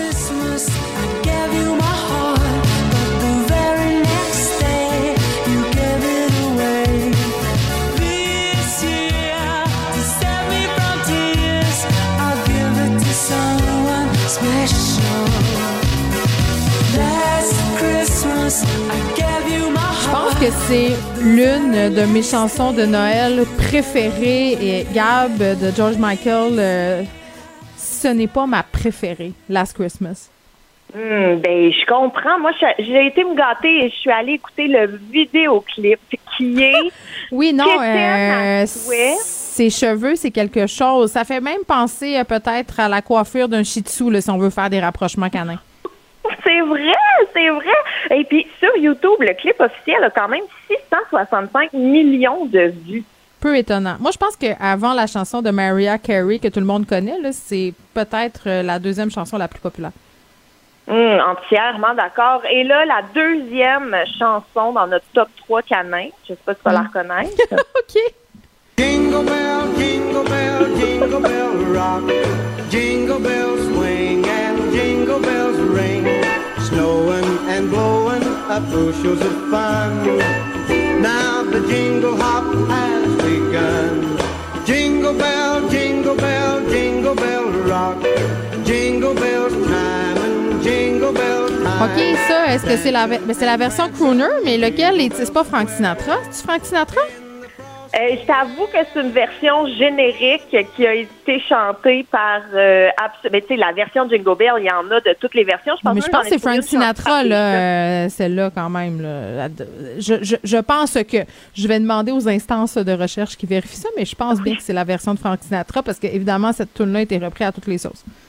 Je pense que c'est l'une de mes chansons de Noël préférées et Gab de George Michael, ce n'est pas ma préférée, Last Christmas. Ben, je comprends. Moi, j'ai été me gâter et je suis allée écouter le vidéoclip qui est... Oui, non, ses cheveux, c'est quelque chose. Ça fait même penser peut-être à la coiffure d'un shih tzu, là, si on veut faire des rapprochements canins. C'est vrai. Et puis, sur YouTube, le clip officiel a quand même 665 millions de vues. Peu étonnant. Moi, je pense qu'avant la chanson de Mariah Carey, que tout le monde connaît, là, c'est peut-être la deuxième chanson la plus populaire. Entièrement d'accord. Et là, la deuxième chanson dans notre top 3 canin, je sais pas si tu vas la reconnaître. OK. Jingle bell, jingle bell, jingle bell rock. Jingle bells swing and jingle bells ring. Snowing and blowing up bushels of fun. Now the jingle hop has begun. Jingle bell, jingle bell, jingle bell rock. Jingle bells time and jingle bells time. OK, ça, est-ce que c'est la version crooner, mais lequel c'est pas Frank Sinatra? C'est Frank Sinatra? Je t'avoue que c'est une version générique qui a été chantée par... mais tu sais, la version Jingle Bell, il y en a de toutes les versions. Je pense que c'est Frank Sinatra, là, celle-là, quand même. Là. Je pense que je vais demander aux instances de recherche qui vérifient ça, mais je pense bien que c'est la version de Frank Sinatra parce qu'évidemment, cette tune-là a été reprise à toutes les sauces.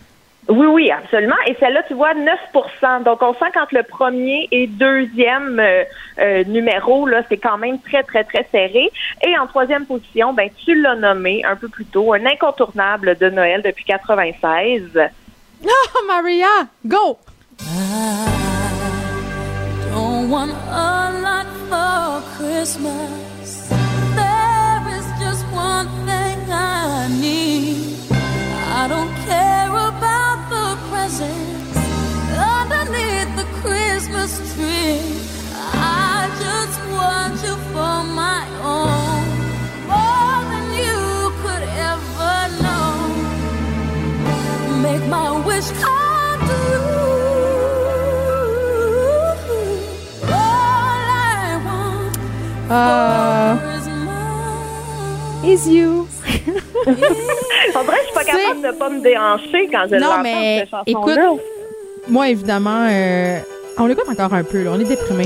Oui, absolument. Et celle-là, tu vois, 9%. Donc, on sent qu'entre le premier et deuxième numéro, là, c'est quand même très, très, très serré. Et en troisième position, ben, tu l'as nommé un peu plus tôt, un incontournable de Noël depuis 96. Oh, Maria, go! I don't want a lot for Christmas. There is just one thing I need. I don't care about the presents underneath the Christmas tree. I just want you for my own, more than you could ever know. Make my wish come true. Is you. On dirait que je suis pas capable de pas me déhancher quand je l'entends, cette chanson-là. Écoute, moi, évidemment, on l'écoute encore un peu, là. On est déprimés.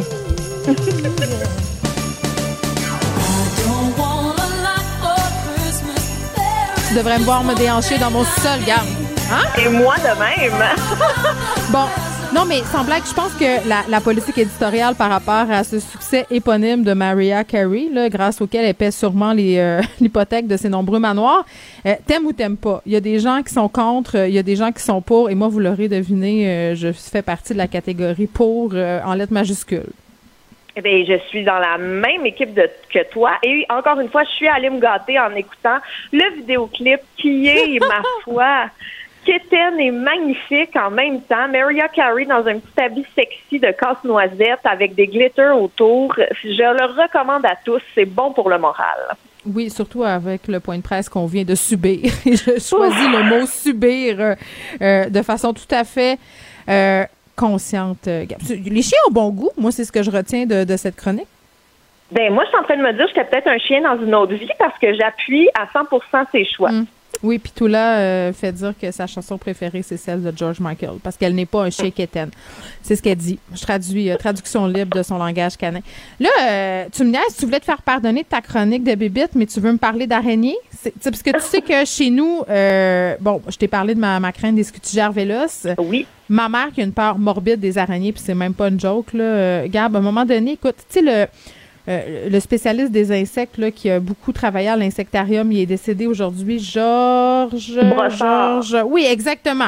Tu devrais me voir me déhancher dans mon sol, garde. Hein? Et moi de même. Bon. Non, mais sans blague, je pense que la politique éditoriale par rapport à ce succès éponyme de Mariah Carey, là, grâce auquel elle paie sûrement l'hypothèque de ses nombreux manoirs, t'aimes ou t'aimes pas. Il y a des gens qui sont contre, il y a des gens qui sont pour, et moi, vous l'aurez deviné, je fais partie de la catégorie pour en lettres majuscules. Eh bien, je suis dans la même équipe que toi. Et encore une fois, je suis allée me gâter en écoutant le vidéoclip qui est, ma foi, quétaine et magnifique en même temps. Mariah Carey dans un petit habit sexy de casse-noisette avec des glitters autour. Je le recommande à tous. C'est bon pour le moral. Oui, surtout avec le point de presse qu'on vient de subir. Je choisis le mot subir de façon tout à fait consciente. Les chiens ont bon goût. Moi, c'est ce que je retiens de cette chronique. Ben moi, je suis en train de me dire que j'étais peut-être un chien dans une autre vie parce que j'appuie à 100% ses choix. Oui, puis tout là fait dire que sa chanson préférée, c'est celle de George Michael, parce qu'elle n'est pas un chien quétaine. C'est ce qu'elle dit. Je traduis, traduction libre de son langage canin. Là, tu me dis, tu voulais te faire pardonner de ta chronique de bébite, mais tu veux me parler d'araignée? Parce que tu sais que chez nous, bon, je t'ai parlé de ma crainte des scutigères véloces. Oui. Ma mère qui a une peur morbide des araignées, puis c'est même pas une joke, là. Gab, à un moment donné, écoute, tu sais, le spécialiste des insectes là, qui a beaucoup travaillé à l'insectarium, il est décédé aujourd'hui, Georges. Oui, exactement.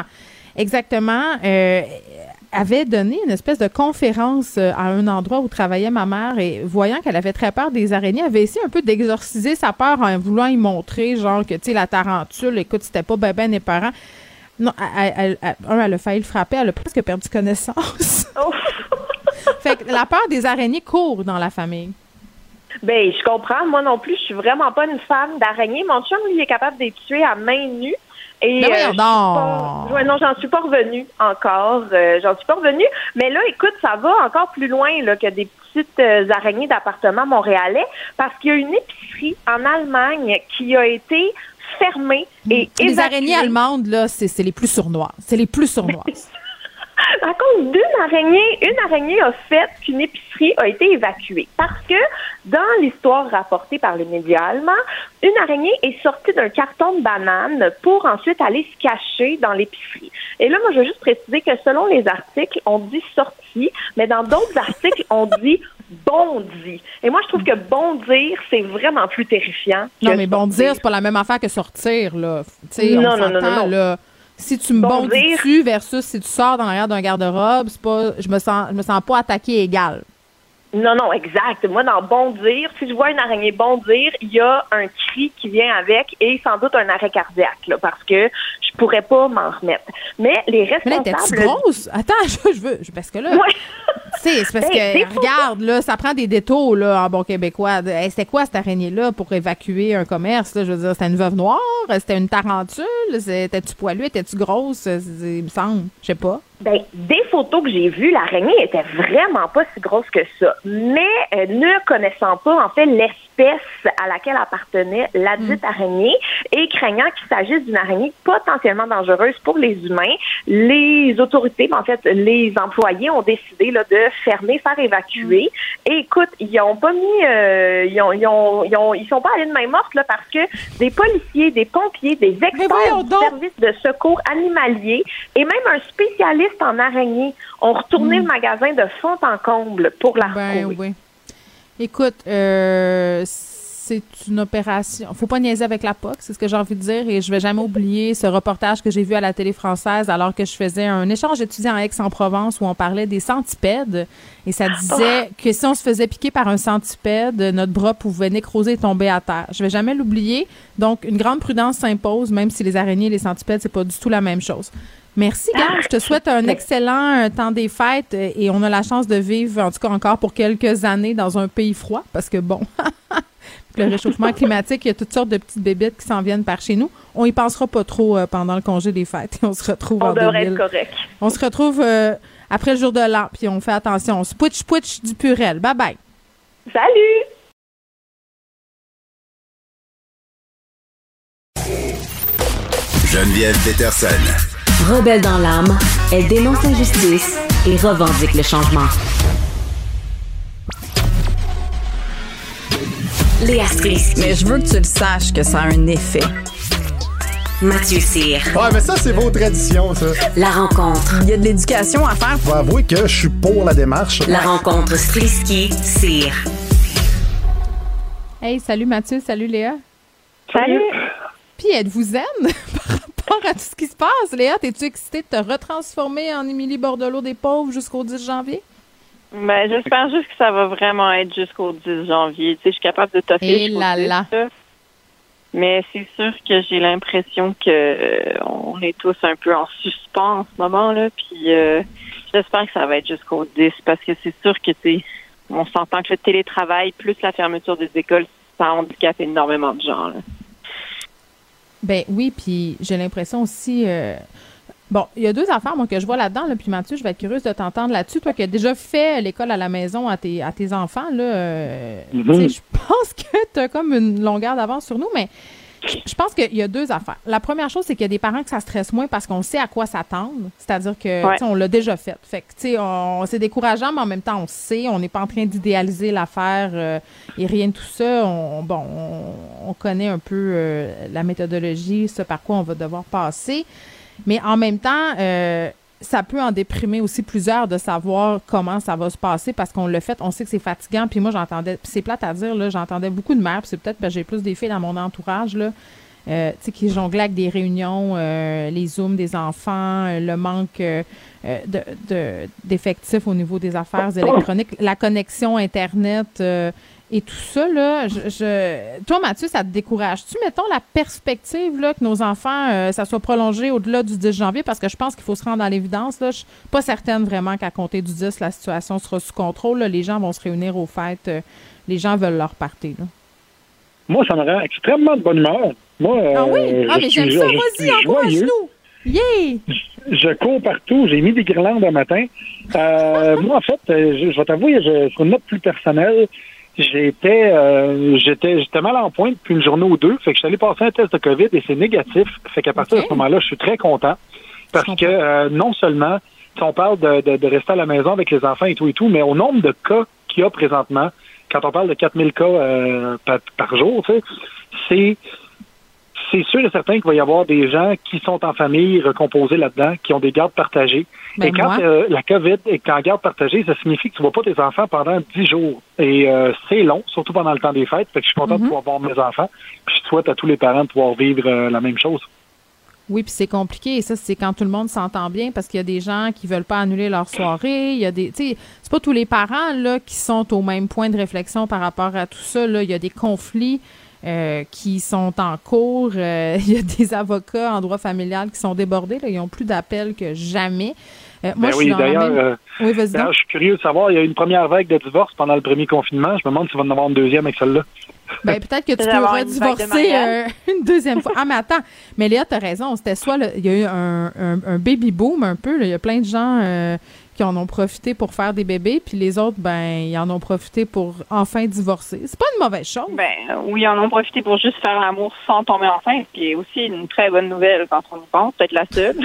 Avait donné une espèce de conférence à un endroit où travaillait ma mère et voyant qu'elle avait très peur des araignées, avait essayé un peu d'exorciser sa peur en voulant y montrer, genre que, tu sais, la tarentule, écoute, c'était pas ben épeurant. Non, elle a failli le frapper, elle a presque perdu connaissance. Oh. Fait que la peur des araignées court dans la famille. Ben, je comprends. Moi non plus, je suis vraiment pas une fan d'araignées. Mon chum, lui, est capable de les tuer à main nue. Et non, j'en suis pas revenue encore. Mais là, écoute, ça va encore plus loin là, que des petites araignées d'appartement montréalais parce qu'il y a une épicerie en Allemagne qui a été fermée et évacuée. Les araignées allemandes, là, c'est les plus sournoises. C'est les plus sournoises. À cause une araignée a fait qu'une épicerie a été évacuée. Parce que, dans l'histoire rapportée par les médias allemands, une araignée est sortie d'un carton de banane pour ensuite aller se cacher dans l'épicerie. Et là, moi, je veux juste préciser que selon les articles, on dit sortie, mais dans d'autres articles, on dit bondi. Et moi, je trouve que bondir, c'est vraiment plus terrifiant. Non, mais bondir, c'est pas la même affaire que sortir, là. Tu sais, non. Là. Si tu me bondis dessus versus si tu sors dans l'arrière d'un garde-robe, c'est pas, je me sens pas attaquée égale. Non, exact. Moi, dans bondir, si je vois une araignée bondir, il y a un cri qui vient avec et sans doute un arrêt cardiaque, là, parce que je pourrais pas m'en remettre. Mais les responsables... Mais là, t'es-tu grosse? Attends, parce que là... Ouais. C'est parce que, regarde, là, ça prend des détours, là, en bon québécois. Hey, c'était quoi cette araignée-là pour évacuer un commerce, là? Je veux dire, c'était une veuve noire? C'était une tarentule? Étais-tu poilue? Étais-tu grosse? Il me semble. Je sais pas. Ben, des photos que j'ai vues, l'araignée était vraiment pas si grosse que ça. Mais ne connaissant pas, en fait, l'espèce à laquelle appartenait la dite araignée et craignant qu'il s'agisse d'une araignée potentiellement dangereuse pour les humains, les autorités, en fait, les employés ont décidé là, de fermer, faire évacuer. Et écoute, ils ont pas mis, ils sont pas allés de main morte là parce que des policiers, des pompiers, des experts du service de secours animalier et même un spécialiste en araignées ont retourné le magasin de fond en comble pour la retrouver. Oui. Écoute, c'est une opération. Faut pas niaiser avec la POC, c'est ce que j'ai envie de dire, et je vais jamais oublier ce reportage que j'ai vu à la télé française alors que je faisais un échange étudiant à Aix-en-Provence où on parlait des centipèdes et ça disait que si on se faisait piquer par un centipède, notre bras pouvait nécroser et tomber à terre. Je vais jamais l'oublier. Donc, une grande prudence s'impose, même si les araignées et les centipèdes, c'est pas du tout la même chose. Merci, Gab. Je te souhaite un excellent temps des fêtes et on a la chance de vivre, en tout cas encore pour quelques années, dans un pays froid parce que, bon, le réchauffement climatique, il y a toutes sortes de petites bébites qui s'en viennent par chez nous. On y pensera pas trop pendant le congé des fêtes et on se retrouve en 2000. On devrait être correct. On se retrouve après le jour de l'an puis on fait attention. On se pouitch du purel. Bye-bye. Salut! Geneviève Peterson. Rebelle dans l'âme, elle dénonce l'injustice et revendique le changement. Léa Strisky. Mais je veux que tu le saches que ça a un effet. Mathieu Cyr. Ouais, mais ça, c'est vos traditions, ça. La rencontre. Il y a de l'éducation à faire. Faut avouer que je suis pour la démarche. La rencontre Strisky-Cyr. Hey, salut Mathieu, salut Léa. Salut. Puis êtes-vous zen par rapport à tout ce qui se passe? Léa, t'es-tu excitée de te retransformer en Émilie Bordelot des pauvres jusqu'au 10 janvier? Ben, j'espère juste que ça va vraiment être jusqu'au 10 janvier. Tu sais, je suis capable de toffer. Et là là. Mais c'est sûr que j'ai l'impression que on est tous un peu en suspens en ce moment, là. Puis j'espère que ça va être jusqu'au 10 parce que c'est sûr que, tu sais, on s'entend que le télétravail plus la fermeture des écoles, ça handicape énormément de gens, là. Ben oui, puis j'ai l'impression aussi... bon, il y a deux affaires, moi, que je vois là-dedans, là, puis Mathieu, je vais être curieuse de t'entendre là-dessus. Toi qui as déjà fait l'école à la maison à tes enfants, là, tu sais, je pense que tu as comme une longueur d'avance sur nous, mais je pense qu'il y a deux affaires. La première chose, c'est qu'il y a des parents que ça stresse moins parce qu'on sait à quoi s'attendre. C'est-à-dire que, tu sais, on l'a déjà fait. Fait que, tu sais, c'est décourageant, mais en même temps, on sait, on n'est pas en train d'idéaliser l'affaire et rien de tout ça. On connaît un peu la méthodologie, ce par quoi on va devoir passer. Mais en même temps, ça peut en déprimer aussi plusieurs de savoir comment ça va se passer parce qu'on l'a fait, on sait que c'est fatigant. Puis moi, j'entendais, c'est plate à dire, là, j'entendais beaucoup de mères, puis c'est peut-être parce que j'ai plus des filles dans mon entourage, là, tu sais, qui jonglaient avec des réunions, les Zooms des enfants, le manque d'effectifs au niveau des affaires électroniques, la connexion Internet et tout ça, là. Toi, Mathieu, ça te décourage-tu, mettons, la perspective là, que nos enfants, ça soit prolongé au-delà du 10 janvier, parce que je pense qu'il faut se rendre dans l'évidence. Là. Je suis pas certaine vraiment qu'à compter du 10, la situation sera sous contrôle. Là. Les gens vont se réunir aux fêtes. Les gens veulent leur partir. Là. Moi, ça me rend extrêmement de bonne humeur. Moi, oui? Mais j'aime ça. Vas-y, encourage-nous. Yeah! Je cours partout. J'ai mis des guirlandes un matin. Moi, en fait, je vais t'avouer, sur une note plus personnelle, j'étais mal en point depuis une journée ou deux. Fait que je suis allé passer un test de COVID et c'est négatif. Fait qu'à partir de ce moment-là, je suis très content. Parce que non seulement, si on parle de rester à la maison avec les enfants et tout, mais au nombre de cas qu'il y a présentement, quand on parle de 4000 cas par jour, tu sais, c'est sûr et certain qu'il va y avoir des gens qui sont en famille recomposés là-dedans, qui ont des gardes partagées. Et quand la COVID est en garde partagée, ça signifie que tu ne vois pas tes enfants pendant 10 jours. Et c'est long, surtout pendant le temps des fêtes. Fait que je suis content de pouvoir voir mes enfants. Puis je souhaite à tous les parents de pouvoir vivre la même chose. Oui, puis c'est compliqué. Et ça, c'est quand tout le monde s'entend bien parce qu'il y a des gens qui veulent pas annuler leur soirée. Il y a des, tu sais, c'est pas tous les parents là qui sont au même point de réflexion par rapport à tout ça. Là, il y a des conflits qui sont en cours. Il y a des avocats en droit familial qui sont débordés. Là, ils ont plus d'appels que jamais. Moi, je suis d'ailleurs, oui, vas-y. D'ailleurs, je suis curieux de savoir, il y a eu une première vague de divorce pendant le premier confinement. Je me demande s'il va y en avoir une deuxième avec celle-là. Ben, peut-être que tu peux D'avoir une vague de redivorcer mariage. une deuxième fois. Ah, mais attends. Mais Léa, t'as raison. C'était soit, il y a eu un baby boom un peu. Il y a plein de gens qui en ont profité pour faire des bébés, puis les autres, ben, ils en ont profité pour enfin divorcer. C'est pas une mauvaise chose. Ben oui, ils en ont profité pour juste faire l'amour sans tomber enceinte, qui est aussi une très bonne nouvelle quand on y pense, peut-être la seule.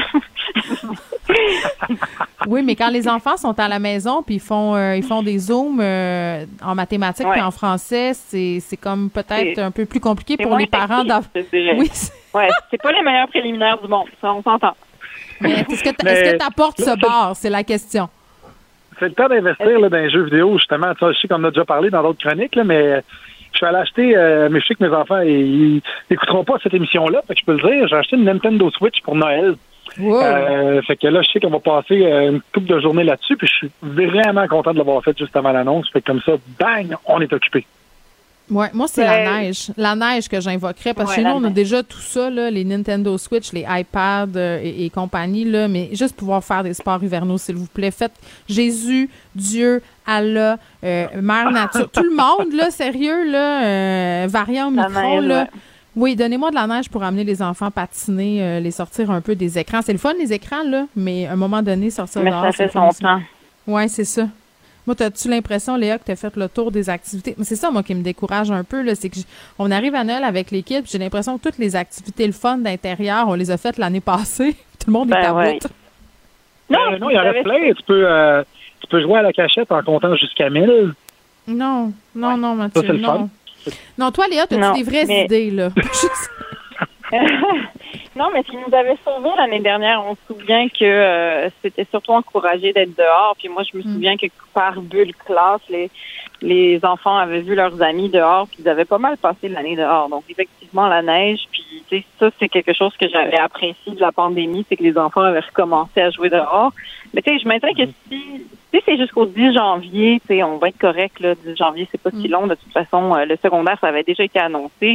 Oui, mais quand les enfants sont à la maison puis ils font des zooms en mathématiques Ouais. puis en français, c'est comme peut-être C'est- un peu plus compliqué c'est pour moins les parents sexy, je dirais. Oui. Ouais, c'est pas les meilleurs préliminaires du monde, ça, on s'entend. Mais est-ce que Mais- t'apportes ce bar? C'est la question. C'est le temps d'investir là, dans les jeux vidéo, justement. Tu sais, je sais qu'on en a déjà parlé dans d'autres chroniques, là, mais je suis allé acheter, mais je sais que mes enfants, ils n'écouteront pas cette émission-là, fait que je peux le dire, j'ai acheté une Nintendo Switch pour Noël. Wow. Fait que là, je sais qu'on va passer une couple de journées là-dessus, puis je suis vraiment content de l'avoir fait juste avant l'annonce. Fait que comme ça, bang, on est occupé. Ouais, moi, c'est la neige. La neige que j'invoquerais. Parce que Ouais, chez nous, la on a neige. déjà tout ça, là, les Nintendo Switch, les iPads et compagnie, là, mais juste pouvoir faire des sports hivernaux, s'il vous plaît. Faites Jésus, Dieu, Allah, Mère Nature, tout le monde, là, sérieux, là, variant au La micro, neige, là. ouais. Oui, donnez-moi de la neige pour amener les enfants patiner, les sortir un peu des écrans. C'est le fun, les écrans, là, mais à un moment donné, sortir Mais dehors, ça c'est fait le fun son aussi. temps. Oui, c'est ça. Moi, as-tu l'impression, Léa, que tu as fait le tour des activités? Mais c'est ça, moi, qui me décourage un peu, là, c'est que on arrive à Noël avec l'équipe, j'ai l'impression que toutes les activités, le fun d'intérieur, on les a faites l'année passée. Tout le monde est à ouais. bout. Non, il y en reste plein. Tu peux jouer à la cachette en comptant jusqu'à 1000. Non, Mathieu, Ça, c'est le non. fun. Non, toi, Léa, Non, t'as-tu des vraies mais- idées, là? Non, mais ce qui nous avait sauvés l'année dernière, on se souvient que c'était surtout encouragé d'être dehors. Puis moi, je me souviens que par bulle classe, les enfants avaient vu leurs amis dehors, puis ils avaient pas mal passé l'année dehors. Donc, effectivement, la neige, puis tu sais, ça, c'est quelque chose que j'avais apprécié de la pandémie, c'est que les enfants avaient recommencé à jouer dehors. Mais tu sais, je m'étonne que si c'est jusqu'au 10 janvier, tu sais, on va être correct, là. 10 janvier, c'est pas si long. De toute façon, le secondaire, ça avait déjà été annoncé.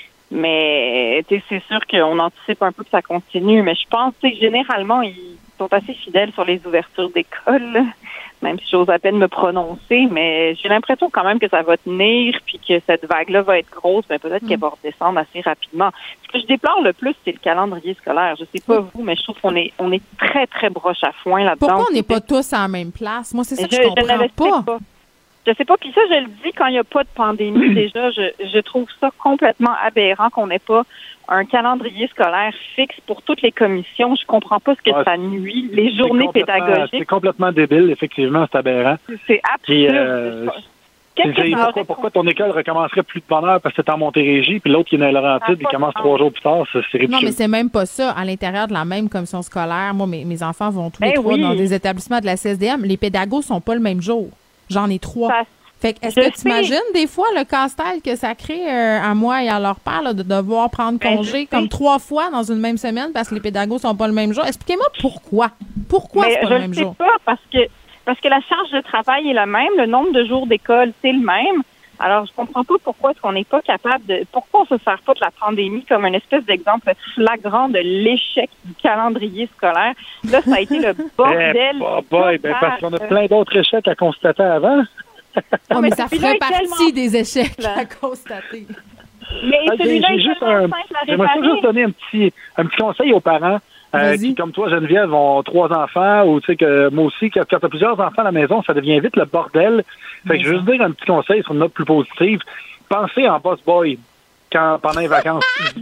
Mais tu sais, c'est sûr qu'on anticipe un peu que ça continue. Mais je pense que généralement, ils sont assez fidèles sur les ouvertures d'école, là. Même si j'ose à peine me prononcer. Mais j'ai l'impression quand même que ça va tenir, puis que cette vague-là va être grosse, mais peut-être qu'elle va redescendre assez rapidement. Ce que je déplore le plus, c'est le calendrier scolaire. Je sais pas vous, mais je trouve qu'on est très, très broche à foin là-dedans. Pourquoi on n'est pas tous à la même place? Moi, c'est ça que je ne comprends l'explique pas. Je sais pas. Puis ça, je le dis quand il n'y a pas de pandémie. Déjà, je trouve ça complètement aberrant qu'on n'ait pas un calendrier scolaire fixe pour toutes les commissions. Je comprends pas ce que ça nuit. Les journées C'est pédagogiques, complètement débile, effectivement, c'est aberrant. c'est Puis, absurde. Qu'est-ce que ça aurait pourquoi ton école recommencerait plus de bonne heure parce que c'est en Montérégie, puis l'autre qui est dans Laurentides, il commence 3 jours plus tard, c'est ridicule. Non, mais c'est même pas ça. À l'intérieur de la même commission scolaire, moi, mes enfants vont tous les Ben trois oui. dans des établissements de la CSDM. Les pédagogues sont pas le même jour. J'en ai 3. Fait que, est-ce je que tu imagines sais. des fois le casse-tête que ça crée à moi et à leur père là, de devoir prendre Ben, congé je comme sais. 3 fois dans une même semaine parce que les pédagogues sont pas le même jour? Expliquez-moi pourquoi. Pourquoi Mais c'est pas le même je jour? sais pas parce que la charge de travail est la même, le nombre de jours d'école c'est le même. Alors je comprends pas pourquoi est-ce qu'on n'est pas capable de pourquoi on se sert pas de la pandémie comme une espèce d'exemple flagrant de l'échec du calendrier scolaire. Là ça a été le bordel. Parce qu'on a plein d'autres échecs à constater avant. Oh, mais ça celui-là ferait est partie tellement des échecs là. à constater. Mais celui-là J'ai est juste tellement un, simple à j'aimerais ça réparer. juste donner un petit conseil aux parents qui, comme toi, Geneviève, ont 3 enfants, ou tu sais que moi aussi, quand tu as plusieurs enfants à la maison, ça devient vite le bordel. Fait que je veux juste dire un petit conseil sur une note plus positive. Pensez en boss boy pendant les vacances.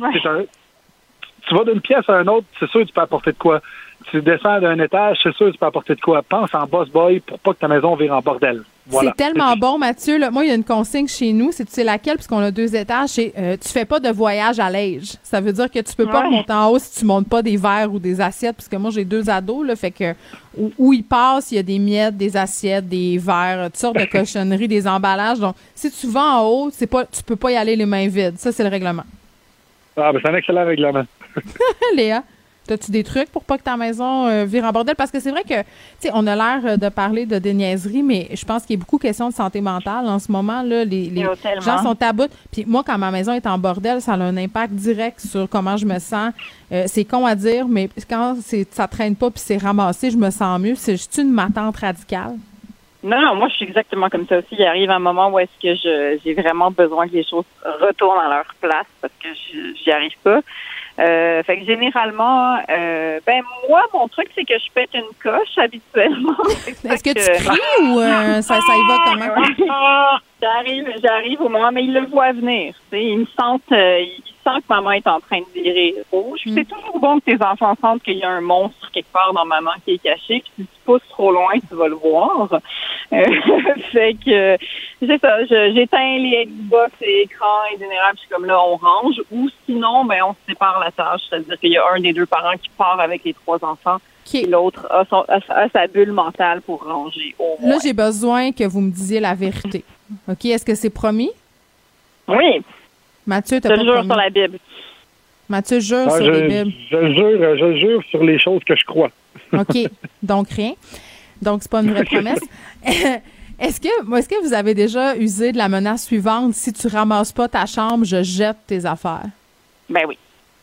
Tu vas d'une pièce à une autre, c'est sûr que tu peux apporter de quoi. Tu descends d'un étage, c'est sûr que tu peux apporter de quoi. Pense en boss boy pour pas que ta maison vire en bordel. Voilà. C'est tellement bon, Mathieu. Là, moi, il y a une consigne chez nous. C'est tu sais laquelle, puisqu'on a 2 étages. C'est tu fais pas de voyage à l'ège. Ça veut dire que tu peux pas remonter en haut si tu montes pas des verres ou des assiettes. Puisque moi, j'ai 2 ados. Là, fait que où ils passent, il y a des miettes, des assiettes, des verres, toutes sortes de cochonneries, des emballages. Donc, si tu vas en haut, tu peux pas y aller les mains vides. Ça, c'est le règlement. Ah, ben c'est un excellent règlement. Léa, as-tu des trucs pour pas que ta maison vire en bordel? Parce que c'est vrai que, tu sais, on a l'air de parler de niaiseries, mais je pense qu'il y a beaucoup de questions de santé mentale en ce moment. Là, les gens sont à bout. Puis moi, quand ma maison est en bordel, ça a un impact direct sur comment je me sens. C'est con à dire, mais quand ça traîne pas puis c'est ramassé, je me sens mieux. C'est juste une ma tante radicale. Non, moi, je suis exactement comme ça aussi. Il arrive un moment où est-ce que j'ai vraiment besoin que les choses retournent à leur place parce que j'y arrive pas. Fait que généralement, moi, mon truc, c'est que je pète une coche habituellement. Est-ce que tu cries ou ça y va quand même? J'arrive au moment, mais il le voit venir. Il sent que maman est en train de virer rouge. C'est toujours bon que tes enfants sentent qu'il y a un monstre quelque part dans maman qui est caché. Puis si tu pousses trop loin, tu vas le voir. Fait que c'est ça. J'éteins les Xbox et écrans en général. Puis comme là, on range. Ou sinon, on se sépare la tâche. C'est-à-dire qu'il y a un des deux parents qui part avec les 3 enfants. Et l'autre a sa bulle mentale pour ranger. Là, j'ai besoin que vous me disiez la vérité. OK? Est-ce que c'est promis? Oui. Mathieu, t'as pas promis? Je jure sur la Bible. Mathieu jure sur les Bibles. Je jure sur les choses que je crois. OK. Donc, rien. Donc, c'est pas une vraie promesse. Est-ce que vous avez déjà usé de la menace suivante? Si tu ramasses pas ta chambre, je jette tes affaires. Ben oui.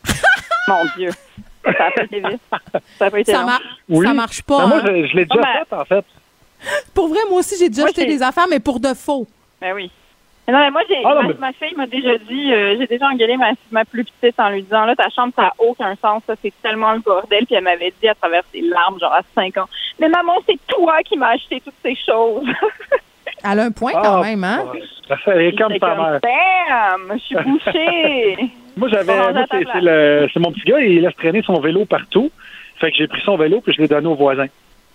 Mon Dieu. Ça a pas été vite. Ça a pas été Ça marche pas. Ben moi, je l'ai déjà fait, en fait. Pour vrai, moi aussi, j'ai déjà jeté des affaires, mais pour de faux. Ben oui. Non, mais moi, ma fille m'a déjà dit, j'ai déjà engueulé ma plus petite en lui disant, là, ta chambre, ça n'a aucun sens, ça, c'est tellement le bordel. Puis elle m'avait dit à travers ses larmes, genre à 5 ans, mais maman, c'est toi qui m'as acheté toutes ces choses. Elle a un point quand même, hein? Ça fait comme ta mère. Bam! Je suis bouchée. Moi, c'est mon petit gars, il laisse traîner son vélo partout. Fait que j'ai pris son vélo puis je l'ai donné au voisin.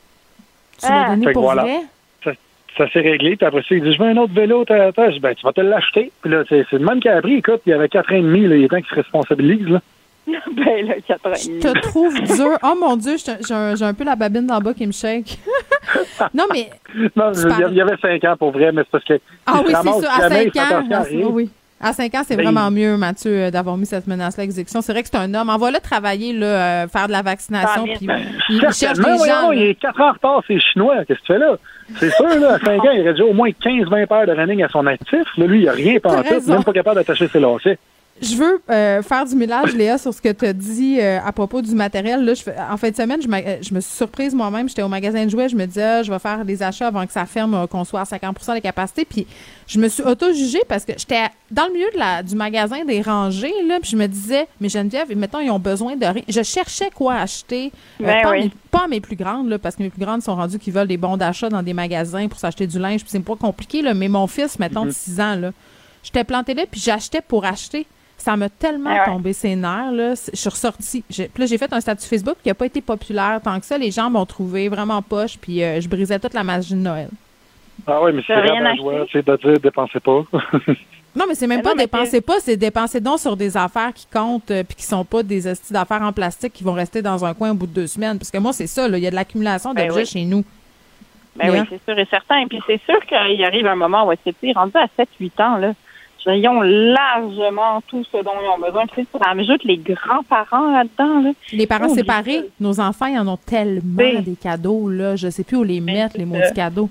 Tu l'as donné pour vrai? Ça s'est réglé, puis après ça, il dit, je veux un autre vélo, je dis, tu vas te l'acheter. Puis là, c'est le même qui a pris, écoute, il y avait 4 ans et demi, là, il est temps qu'il se responsabilise, là. Ben là, 4 ans et demi. Je te trouve dur. Oh mon Dieu, j'ai un peu la babine d'en bas qui me shake. Non, mais... Non, il y avait 5 ans pour vrai, mais c'est parce que... Ah oui, c'est ça, à 5 ans. Oui. À 5 ans, c'est vraiment mieux, Mathieu, d'avoir mis cette menace-là à exécution. C'est vrai que c'est un homme. Envoie-le travailler, là, faire de la vaccination, puis il cherche des gens. Il est 4 ans en retard, c'est chinois. Qu'est-ce que tu fais là? C'est sûr, là, à 5 ans, il aurait déjà au moins 15-20 heures de running à son actif. Là, lui, il n'a rien pensé, même pas capable d'attacher ses lacets. Je veux faire du millage, Léa, sur ce que tu as dit à propos du matériel. Là, en fin de semaine, je me suis surprise moi-même. J'étais au magasin de jouets. Je me disais, je vais faire des achats avant que ça ferme, qu'on soit à 50% des capacités. Puis je me suis auto-jugée parce que j'étais dans le milieu du magasin des rangées. Là, puis je me disais, mais Geneviève, mettons, ils ont besoin de rien. Je cherchais quoi acheter. Pas à mes plus grandes, là, parce que mes plus grandes sont rendues qui veulent des bons d'achat dans des magasins pour s'acheter du linge. Puis c'est pas compliqué, là, mais mon fils, mettons, de 6 ans, là, j'étais plantée là, puis j'achetais pour acheter. Ça m'a tellement tombé ses nerfs, là. Je suis ressortie. Puis là, j'ai fait un statut Facebook qui n'a pas été populaire tant que ça. Les gens m'ont trouvé vraiment poche, puis je brisais toute la magie de Noël. Ah oui, mais c'est rabat-joie, c'est de dire dépensez pas. Non, mais c'est même pas dépenser pas, c'est dépenser donc sur des affaires qui comptent puis qui sont pas des estis d'affaires en plastique qui vont rester dans un coin au bout de 2 semaines. Parce que moi, c'est ça, là. Il y a de l'accumulation d'objets chez nous. Ben oui, c'est sûr et certain. Et puis c'est sûr qu'il arrive un moment où c'est rendu à 7-8 ans, là. Ils ont largement tout ce dont ils ont besoin. Puis ça ajoute les grands-parents là-dedans. Là. Les parents séparés, nos enfants, ils en ont tellement des cadeaux. Là. Je ne sais plus où les mettre, les maudits cadeaux.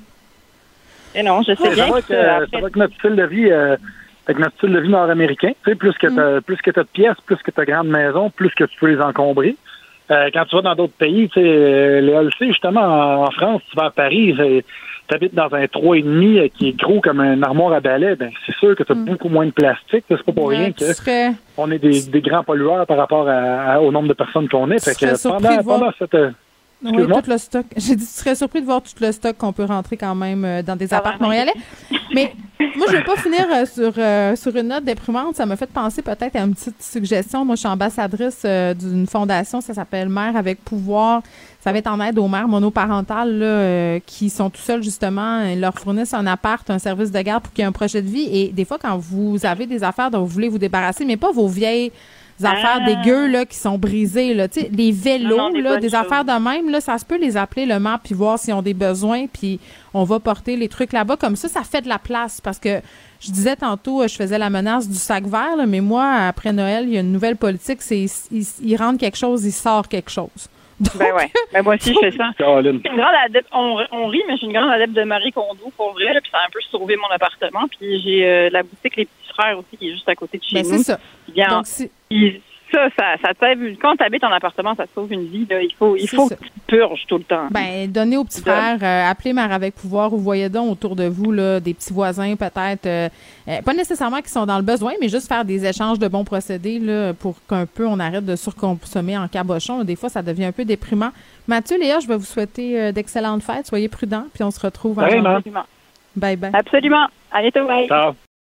Et non, je sais bien. C'est vrai que notre style de vie, avec notre style de vie nord-américain, tu sais, plus que tu as de pièces, plus que tu as de grandes maisons, plus que tu peux les encombrer. Quand tu vas dans d'autres pays, tu sais, les LC, justement, en France, tu vas à Paris, tu habites dans un 3,5 qui est gros comme une armoire à balai, ben c'est sûr que tu as beaucoup moins de plastique. C'est pas pour rien qu'on est des grands pollueurs par rapport au nombre de personnes qu'on est. Fait que pendant cette... Oui, tout le stock. J'ai dit, tu serais surpris de voir tout le stock qu'on peut rentrer quand même dans des appartements montréalais. Mais moi, je ne vais pas finir sur une note déprimante. Ça m'a fait penser peut-être à une petite suggestion. Moi, je suis ambassadrice d'une fondation. Ça s'appelle Mères avec pouvoir. Ça va être en aide aux mères monoparentales là, qui sont tout seules, justement. Ils leur fournissent un appart, un service de garde pour qu'il y ait un projet de vie. Et des fois, quand vous avez des affaires dont vous voulez vous débarrasser, mais pas vos vieilles affaires dégueu là qui sont brisées là, tu sais, les vélos là, des affaires de même là, ça se peut les appeler le maire puis voir s'ils ont des besoins puis on va porter les trucs là-bas comme ça fait de la place parce que je disais tantôt je faisais la menace du sac vert là, mais moi après Noël, il y a une nouvelle politique, c'est ils rentrent quelque chose, ils sortent quelque chose. Donc, ben moi aussi je fais ça. Je suis une grande adepte, on rit mais je suis une grande adepte de Marie Kondo pour vrai là, puis ça a un peu sauvé mon appartement puis j'ai la boutique Les Petits Frères aussi qui est juste à côté de chez nous. C'est ça. Donc ça t'aide. Quand tu habites en appartement, ça te sauve une vie. Là. Il faut que tu purges tout le temps. Ben, donnez aux petits frères, appelez Mère avec pouvoir ou voyez donc autour de vous là, des petits voisins peut-être, pas nécessairement qui sont dans le besoin, mais juste faire des échanges de bons procédés là, pour qu'un peu on arrête de surconsommer en cabochon. Des fois, ça devient un peu déprimant. Mathieu, Léa, je vais vous souhaiter d'excellentes fêtes. Soyez prudents, puis on se retrouve en janvier. Bye. Absolument. À bientôt. Bye. Ciao.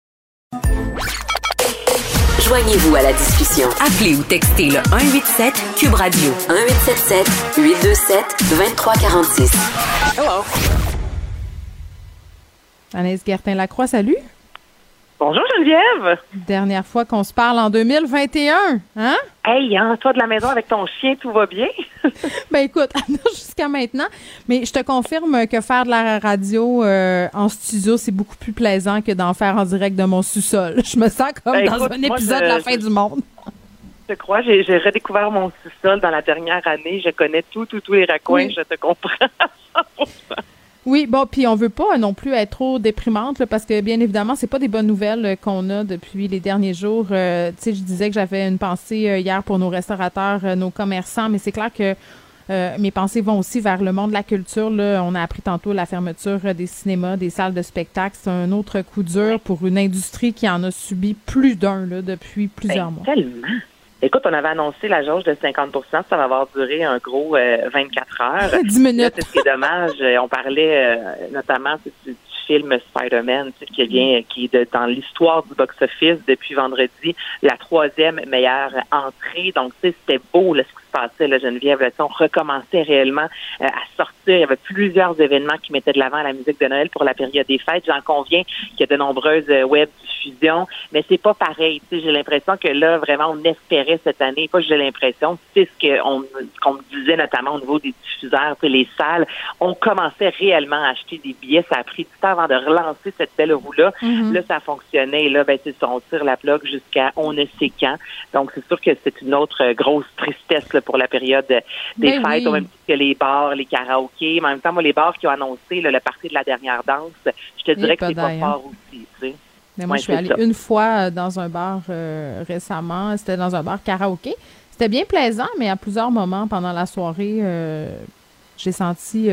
Joignez-vous à la discussion. Appelez ou textez le 187 Cube Radio 1877 827 2346. Hello. Anaïs Gertin-Lacroix, salut. Bonjour Geneviève. Dernière fois qu'on se parle en 2021, hein? Hey, toi de la maison avec ton chien, tout va bien? Ben écoute, jusqu'à maintenant, mais je te confirme que faire de la radio en studio, c'est beaucoup plus plaisant que d'en faire en direct de mon sous-sol. Je me sens comme dans un épisode de la fin du monde. Je crois, j'ai redécouvert mon sous-sol dans la dernière année. Je connais tous les raccoins, je te comprends à 100%. Oui, bon, puis on veut pas non plus être trop déprimante là, parce que bien évidemment, c'est pas des bonnes nouvelles qu'on a depuis les derniers jours. Tu sais, je disais que j'avais une pensée hier pour nos restaurateurs, nos commerçants, mais c'est clair que mes pensées vont aussi vers le monde de la culture. Là. On a appris tantôt la fermeture des cinémas, des salles de spectacle. C'est un autre coup dur pour une industrie qui en a subi plus d'un là, depuis plusieurs mois. Tellement. Écoute, on avait annoncé la jauge de 50 %. Ça va avoir duré un gros 24 heures. 10 minutes. Là, c'est ce qui est dommage. On parlait notamment du film Spider-Man qui est dans l'histoire du box-office depuis vendredi, la 3e meilleure entrée. Donc, c'était beau là, ce qui se passait, là, Geneviève. Là, on recommençait réellement à sortir. Il y avait plusieurs événements qui mettaient de l'avant la musique de Noël pour la période des fêtes. J'en conviens qu'il y a de nombreuses web diffusions, mais c'est pas pareil. J'ai l'impression que là, vraiment, on espérait cette année, pas j'ai l'impression, c'est ce qu'on me disait notamment au niveau des diffuseurs, les salles, on commençait réellement à acheter des billets. Ça a pris du temps avant de relancer cette belle roue-là. Mm-hmm. Là, ça fonctionnait. Et là, c'est ça, on tire la plug jusqu'à on ne sait quand. Donc, c'est sûr que c'est une autre grosse tristesse là, pour la période des fêtes, oui. Au même titre que les bars, les karaokés. Mais en même temps, moi, les bars qui ont annoncé là, le party de la dernière danse, je te dirais que c'est pas fort aussi, tu sais. Mais moi, je suis allée une fois dans un bar récemment. C'était dans un bar karaoké. C'était bien plaisant, mais à plusieurs moments pendant la soirée, j'ai senti,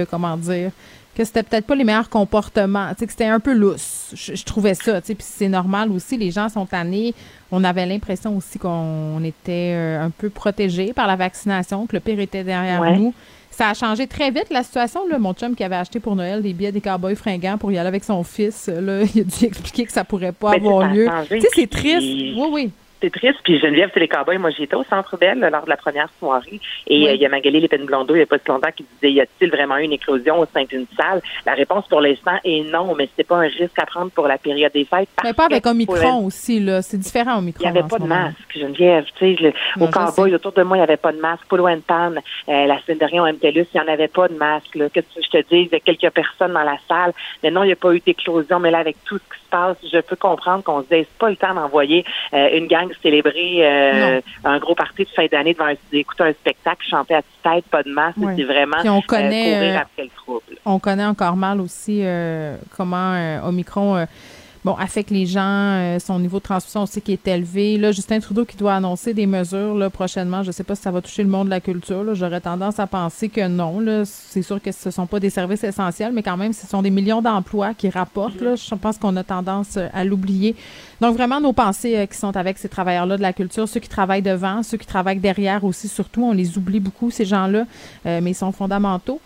que c'était peut-être pas les meilleurs comportements. Tu sais, que c'était un peu lousse. Je trouvais ça, tu sais. Puis c'est normal aussi. Les gens sont tannés. On avait l'impression aussi qu'on était un peu protégés par la vaccination, que le pire était derrière nous. Ça a changé très vite, la situation. Là, mon chum qui avait acheté pour Noël des billets des cowboys fringants pour y aller avec son fils, là, il a dû expliquer que ça pourrait pas avoir lieu. Tu sais, c'est triste. Oui. C'est triste. Puis Geneviève, c'est les cowboys. Moi, j'étais au Centre Bell lors de la première soirée. Et il y a Magali Lépine-Blondeau, il n'y a pas si longtemps, qui disait, y a-t-il vraiment eu une éclosion au sein d'une salle? La réponse pour l'instant est non, mais c'est pas un risque à prendre pour la période des fêtes. Mais pas avec Omicron aussi, là. C'est différent, Omicron. Il n'y avait pas de masque, Geneviève. Tu sais, au cowboy, autour de moi, il n'y avait pas de masque. Polo and Pan, la semaine dernière, au MTLUS, il n'y en avait pas de masque, là. Qu'est-ce que je te dis? Il y a quelques personnes dans la salle. Mais non, il n'y a pas eu d'éclosion. Mais là, avec tout ce qui se passe, je peux comprendre qu'on se dise, c'est pas le temps d'envoyer une gang célébrer un gros party de fin d'année devant écouter un spectacle, chanter à petite tête, pas de masque, c'est vraiment courir après le trouble. On connaît encore mal aussi comment Omicron affecte les gens, son niveau de transmission aussi qui est élevé. Là, Justin Trudeau qui doit annoncer des mesures là, prochainement. Je ne sais pas si ça va toucher le monde de la culture. Là. J'aurais tendance à penser que non. Là. C'est sûr que ce ne sont pas des services essentiels, mais quand même, ce sont des millions d'emplois qui rapportent. Là. Je pense qu'on a tendance à l'oublier. Donc, vraiment, nos pensées qui sont avec ces travailleurs-là de la culture, ceux qui travaillent devant, ceux qui travaillent derrière aussi, surtout, on les oublie beaucoup, ces gens-là, mais ils sont fondamentaux.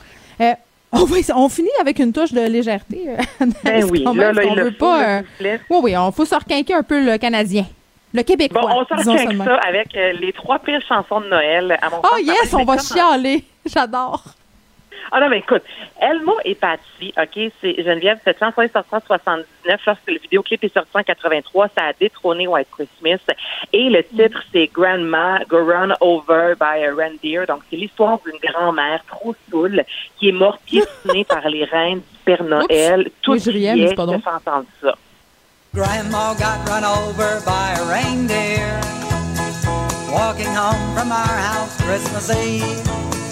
On finit avec une touche de légèreté. Oui, on veut pas. Oui, on faut se requinquer un peu le Canadien, le Québécois. Bon, on se requinque ça avec les 3 pires chansons de Noël. À mon sens, yes, on va chialer. J'adore. Ah non, mais écoute, Elmo et Patsy, OK, c'est Geneviève, cette chanson est sortie en 79, lorsque le vidéoclip est sorti en 83, ça a détrôné White Christmas, et le titre, c'est Grandma Go Run Over by a Reindeer, donc c'est l'histoire d'une grand-mère trop saoule qui est morte piétinée par les reines du Père Noël. Tout riait de s'entendre ça. Grandma got run over by a reindeer walking home from our house Christmas Eve.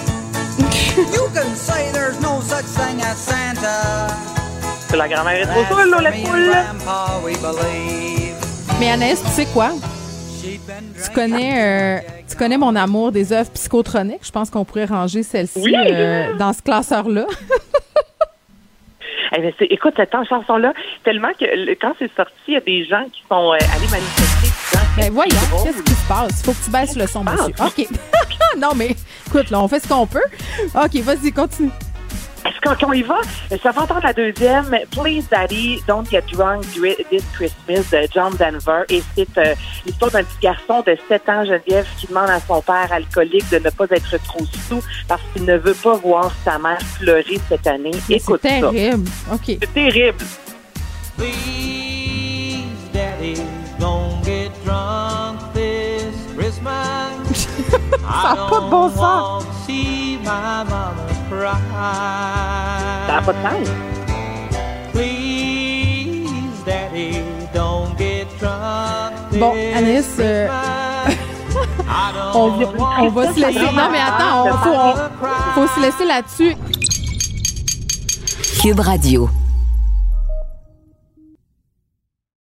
You can say there's no such thing as Santa. Que la grand-mère est trop saoule, la poule. Mais Anaïs, tu sais quoi? Tu connais mon amour des œuvres psychotroniques. Je pense qu'on pourrait ranger celle-ci dans ce classeur-là. Écoute, cette chanson-là, tellement que quand c'est sorti, il y a des gens qui sont allés manifester. Ben voyons, qu'est-ce qui se passe? Il faut que tu baisses le son, monsieur. OK. Non, mais écoute, là, on fait ce qu'on peut. OK, vas-y, continue. Est-ce qu'on y va? Ça va entendre la deuxième. Please Daddy, Don't Get Drunk This Christmas de John Denver. Et c'est l'histoire d'un petit garçon de 7 ans, Geneviève, qui demande à son père alcoolique de ne pas être trop sous parce qu'il ne veut pas voir sa mère pleurer cette année. Écoute c'est terrible. Ça. OK. C'est terrible. Please, Daddy, don't get drunk this Christmas. Ça n'a pas de bon sens. Ça n'a pas de sens. Please, Daddy, don't get drunk. Bon, Anaïs, on va se laisser. Non, mais attends, faut se laisser là-dessus. Cube Radio.